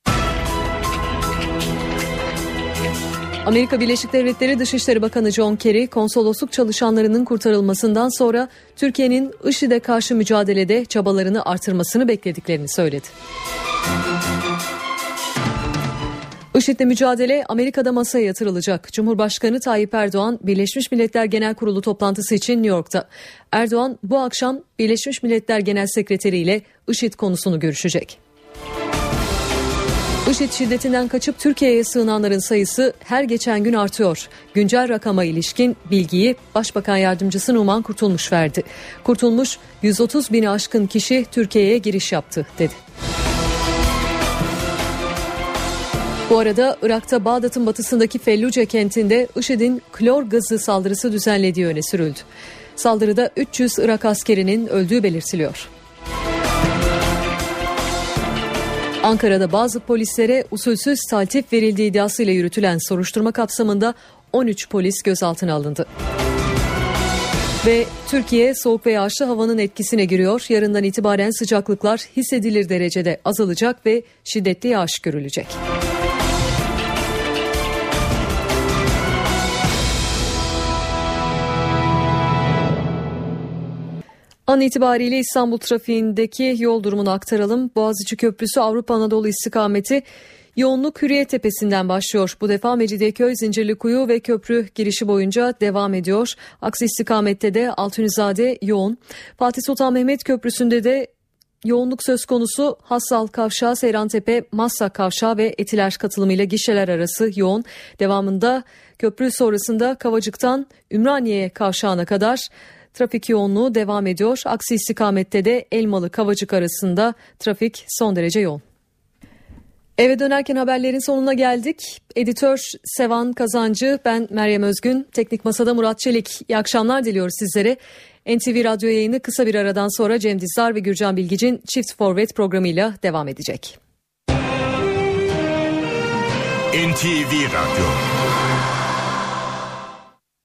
B: Amerika Birleşik Devletleri Dışişleri Bakanı John Kerry, konsolosluk çalışanlarının kurtarılmasından sonra Türkiye'nin IŞİD'e karşı mücadelede çabalarını artırmasını beklediklerini söyledi. IŞİD'le mücadele Amerika'da masaya yatırılacak. Cumhurbaşkanı Tayyip Erdoğan, Birleşmiş Milletler Genel Kurulu toplantısı için New York'ta. Erdoğan bu akşam Birleşmiş Milletler Genel Sekreteri ile IŞİD konusunu görüşecek. IŞİD şiddetinden kaçıp Türkiye'ye sığınanların sayısı her geçen gün artıyor. Güncel rakama ilişkin bilgiyi Başbakan Yardımcısı Numan Kurtulmuş verdi. Kurtulmuş, yüz otuz bini aşkın kişi Türkiye'ye giriş yaptı dedi. Bu arada Irak'ta Bağdat'ın batısındaki Felluce kentinde IŞİD'in klor gazı saldırısı düzenlediği öne sürüldü. Saldırıda üç yüz Irak askerinin öldüğü belirtiliyor. Ankara'da bazı polislere usulsüz taltif verildiği iddiasıyla yürütülen soruşturma kapsamında on üç polis gözaltına alındı. Ve Türkiye soğuk ve yağışlı havanın etkisine giriyor. Yarından itibaren sıcaklıklar hissedilir derecede azalacak ve şiddetli yağış görülecek. An itibariyle İstanbul trafiğindeki yol durumunu aktaralım. Boğaziçi Köprüsü Avrupa Anadolu istikameti yoğunluk Hürriyet Tepesi'nden başlıyor. Bu defa Mecidiyeköy, Zincirlikuyu ve köprü girişi boyunca devam ediyor. Aksi istikamette de Altunizade yoğun. Fatih Sultan Mehmet Köprüsü'nde de yoğunluk söz konusu. Hassal Kavşağı, Seyrantepe, Maslak Kavşağı ve Etiler katılımıyla gişeler arası yoğun. Devamında köprü sonrasında Kavacık'tan Ümraniye Kavşağı'na kadar trafik yoğunluğu devam ediyor. Aksi istikamette de Elmalı Kavacık arasında trafik son derece yoğun. Eve dönerken haberlerin sonuna geldik. Editör Sevan Kazancı, ben Meryem Özgün, teknik masada Murat Çelik. İyi akşamlar diliyoruz sizlere. N T V Radyo yayını kısa bir aradan sonra Cem Dizdar ve Gürcan Bilgic'in Çift Forvet programıyla devam edecek.
L: N T V Radyo